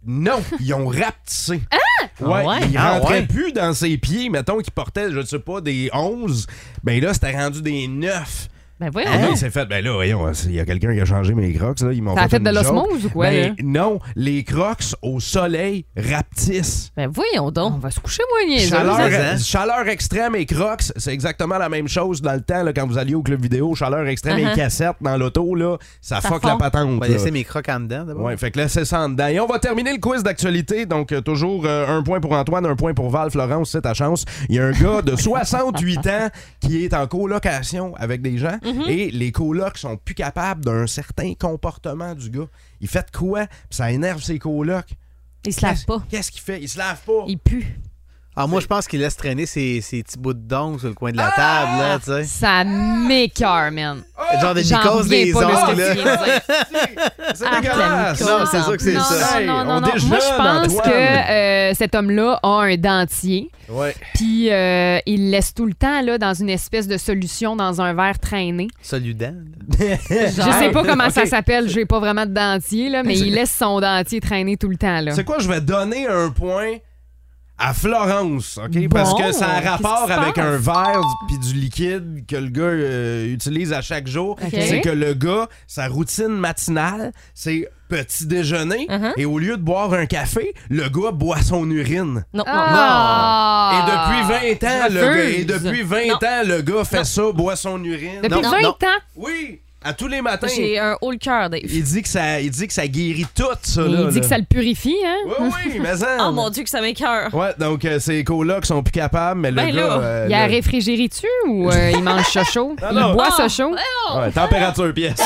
Speaker 2: Non, ils ont rapetissé.
Speaker 4: Ah!
Speaker 2: Ouais,
Speaker 5: Ah ouais?
Speaker 2: il
Speaker 5: Ah
Speaker 2: rentrait
Speaker 5: ouais?
Speaker 2: plus dans ses pieds. Mettons qu'il portait, je ne sais pas, des onze. Ben là, c'était rendu des neuf.
Speaker 3: Ben voyons.
Speaker 2: Là, il s'est fait, ben là, voyons, il y a quelqu'un qui a changé mes crocs, là. Ils m'ont
Speaker 4: Ça a fait
Speaker 2: une
Speaker 4: de
Speaker 2: joke.
Speaker 4: l'osmose ou quoi, là?
Speaker 2: Ben non, les crocs au soleil rapetissent.
Speaker 3: Ben voyons donc.
Speaker 4: On va se coucher, moi, niaiseuse.
Speaker 2: Chaleur,
Speaker 5: hein?
Speaker 2: chaleur extrême et crocs, c'est exactement la même chose dans le temps, là, quand vous alliez au club vidéo. Chaleur extrême
Speaker 3: Uh-huh.
Speaker 2: et cassette dans l'auto, là, ça,
Speaker 3: Ça
Speaker 2: fuck
Speaker 3: fond.
Speaker 2: la patente.
Speaker 5: On va
Speaker 2: là.
Speaker 5: laisser mes crocs en dedans d'abord.
Speaker 2: Ouais, fait que là, c'est ça en dedans. Et on va terminer le quiz d'actualité. Donc, euh, toujours euh, un point pour Antoine, un point pour Val. Florence, c'est ta chance. Il y a un gars de soixante-huit ans qui est en colocation avec des gens
Speaker 3: Mm-hmm.
Speaker 2: et les colocs sont plus capables d'un certain comportement du gars. Il fait de quoi? Puis ça énerve ses colocs.
Speaker 3: Il se lave
Speaker 2: Qu'est-ce-
Speaker 3: pas.
Speaker 2: Qu'est-ce qu'il fait? Il se lave pas.
Speaker 3: Il pue.
Speaker 5: Ah, moi, je pense qu'il laisse traîner ses, ses petits bouts de dong sur le coin de la table, là, tu sais.
Speaker 4: Ça m'écoeure, man.
Speaker 5: Genre de
Speaker 4: J'en
Speaker 5: mycose
Speaker 4: reviens
Speaker 5: des
Speaker 4: pas de ce que
Speaker 5: ongles,
Speaker 4: tu
Speaker 5: là.
Speaker 4: viens de dire.
Speaker 2: C'est
Speaker 3: Ah,
Speaker 2: dégueulasse.
Speaker 3: la
Speaker 5: Non, c'est sûr que c'est
Speaker 4: non,
Speaker 5: ça.
Speaker 2: Hey,
Speaker 4: non, non,
Speaker 2: on
Speaker 4: non, non.
Speaker 2: déjeune,
Speaker 4: Moi, je pense
Speaker 2: Antoine.
Speaker 4: que euh, cet homme-là a un dentier.
Speaker 2: Ouais.
Speaker 4: Puis euh, il laisse tout le temps là, dans une espèce de solution dans un verre traîné.
Speaker 5: Soludant. là.
Speaker 4: Je sais pas comment ça
Speaker 2: Ok.
Speaker 4: s'appelle, j'ai pas vraiment de dentier, là, mais il laisse son dentier traîner tout le temps. Là.
Speaker 2: C'est quoi? Je vais donner un point à Florence, OK? Parce
Speaker 4: Bon,
Speaker 2: que ça a
Speaker 4: qu'est-ce
Speaker 2: rapport
Speaker 4: qui se
Speaker 2: avec
Speaker 4: passe?
Speaker 2: un verre puis du liquide que le gars euh, utilise à chaque jour.
Speaker 3: OK.
Speaker 2: C'est que le gars, sa routine matinale, c'est petit déjeuner.
Speaker 3: Uh-huh.
Speaker 2: Et au lieu de boire un café, le gars boit son urine.
Speaker 3: Non, non,
Speaker 4: Ah!
Speaker 2: Et depuis vingt ans, le gars, et
Speaker 4: refuse.
Speaker 2: depuis vingt ans, le gars fait ça, boit son urine.
Speaker 4: Depuis
Speaker 5: Non,
Speaker 4: vingt
Speaker 5: non.
Speaker 4: ans?
Speaker 2: Oui, à tous les matins.
Speaker 3: J'ai un haut le cœur, Dave.
Speaker 2: Il dit que ça, il dit que ça guérit tout ça.
Speaker 4: Il
Speaker 2: là,
Speaker 4: dit
Speaker 2: là.
Speaker 4: que ça le purifie, hein?
Speaker 2: Oui, oui, mais ça.
Speaker 3: Oh mon Dieu, que ça m'écœure.
Speaker 2: Ouais, donc euh, ces colocs sont plus capables, mais le
Speaker 3: Ben
Speaker 2: gars.
Speaker 3: là,
Speaker 2: euh,
Speaker 4: Il a
Speaker 2: le-
Speaker 4: réfrigéré-tu ou euh, il mange ça chaud?
Speaker 2: Non,
Speaker 4: Il
Speaker 2: non.
Speaker 4: boit
Speaker 3: Ah,
Speaker 4: ça chaud?
Speaker 2: Ouais, température pièce.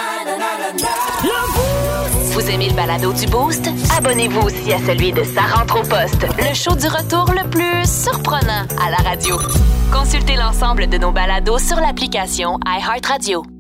Speaker 1: Vous aimez le balado du Boost? Abonnez-vous aussi à celui de Sa rentre au poste, le show du retour le plus surprenant à la radio. Consultez l'ensemble de nos balados sur l'application iHeartRadio.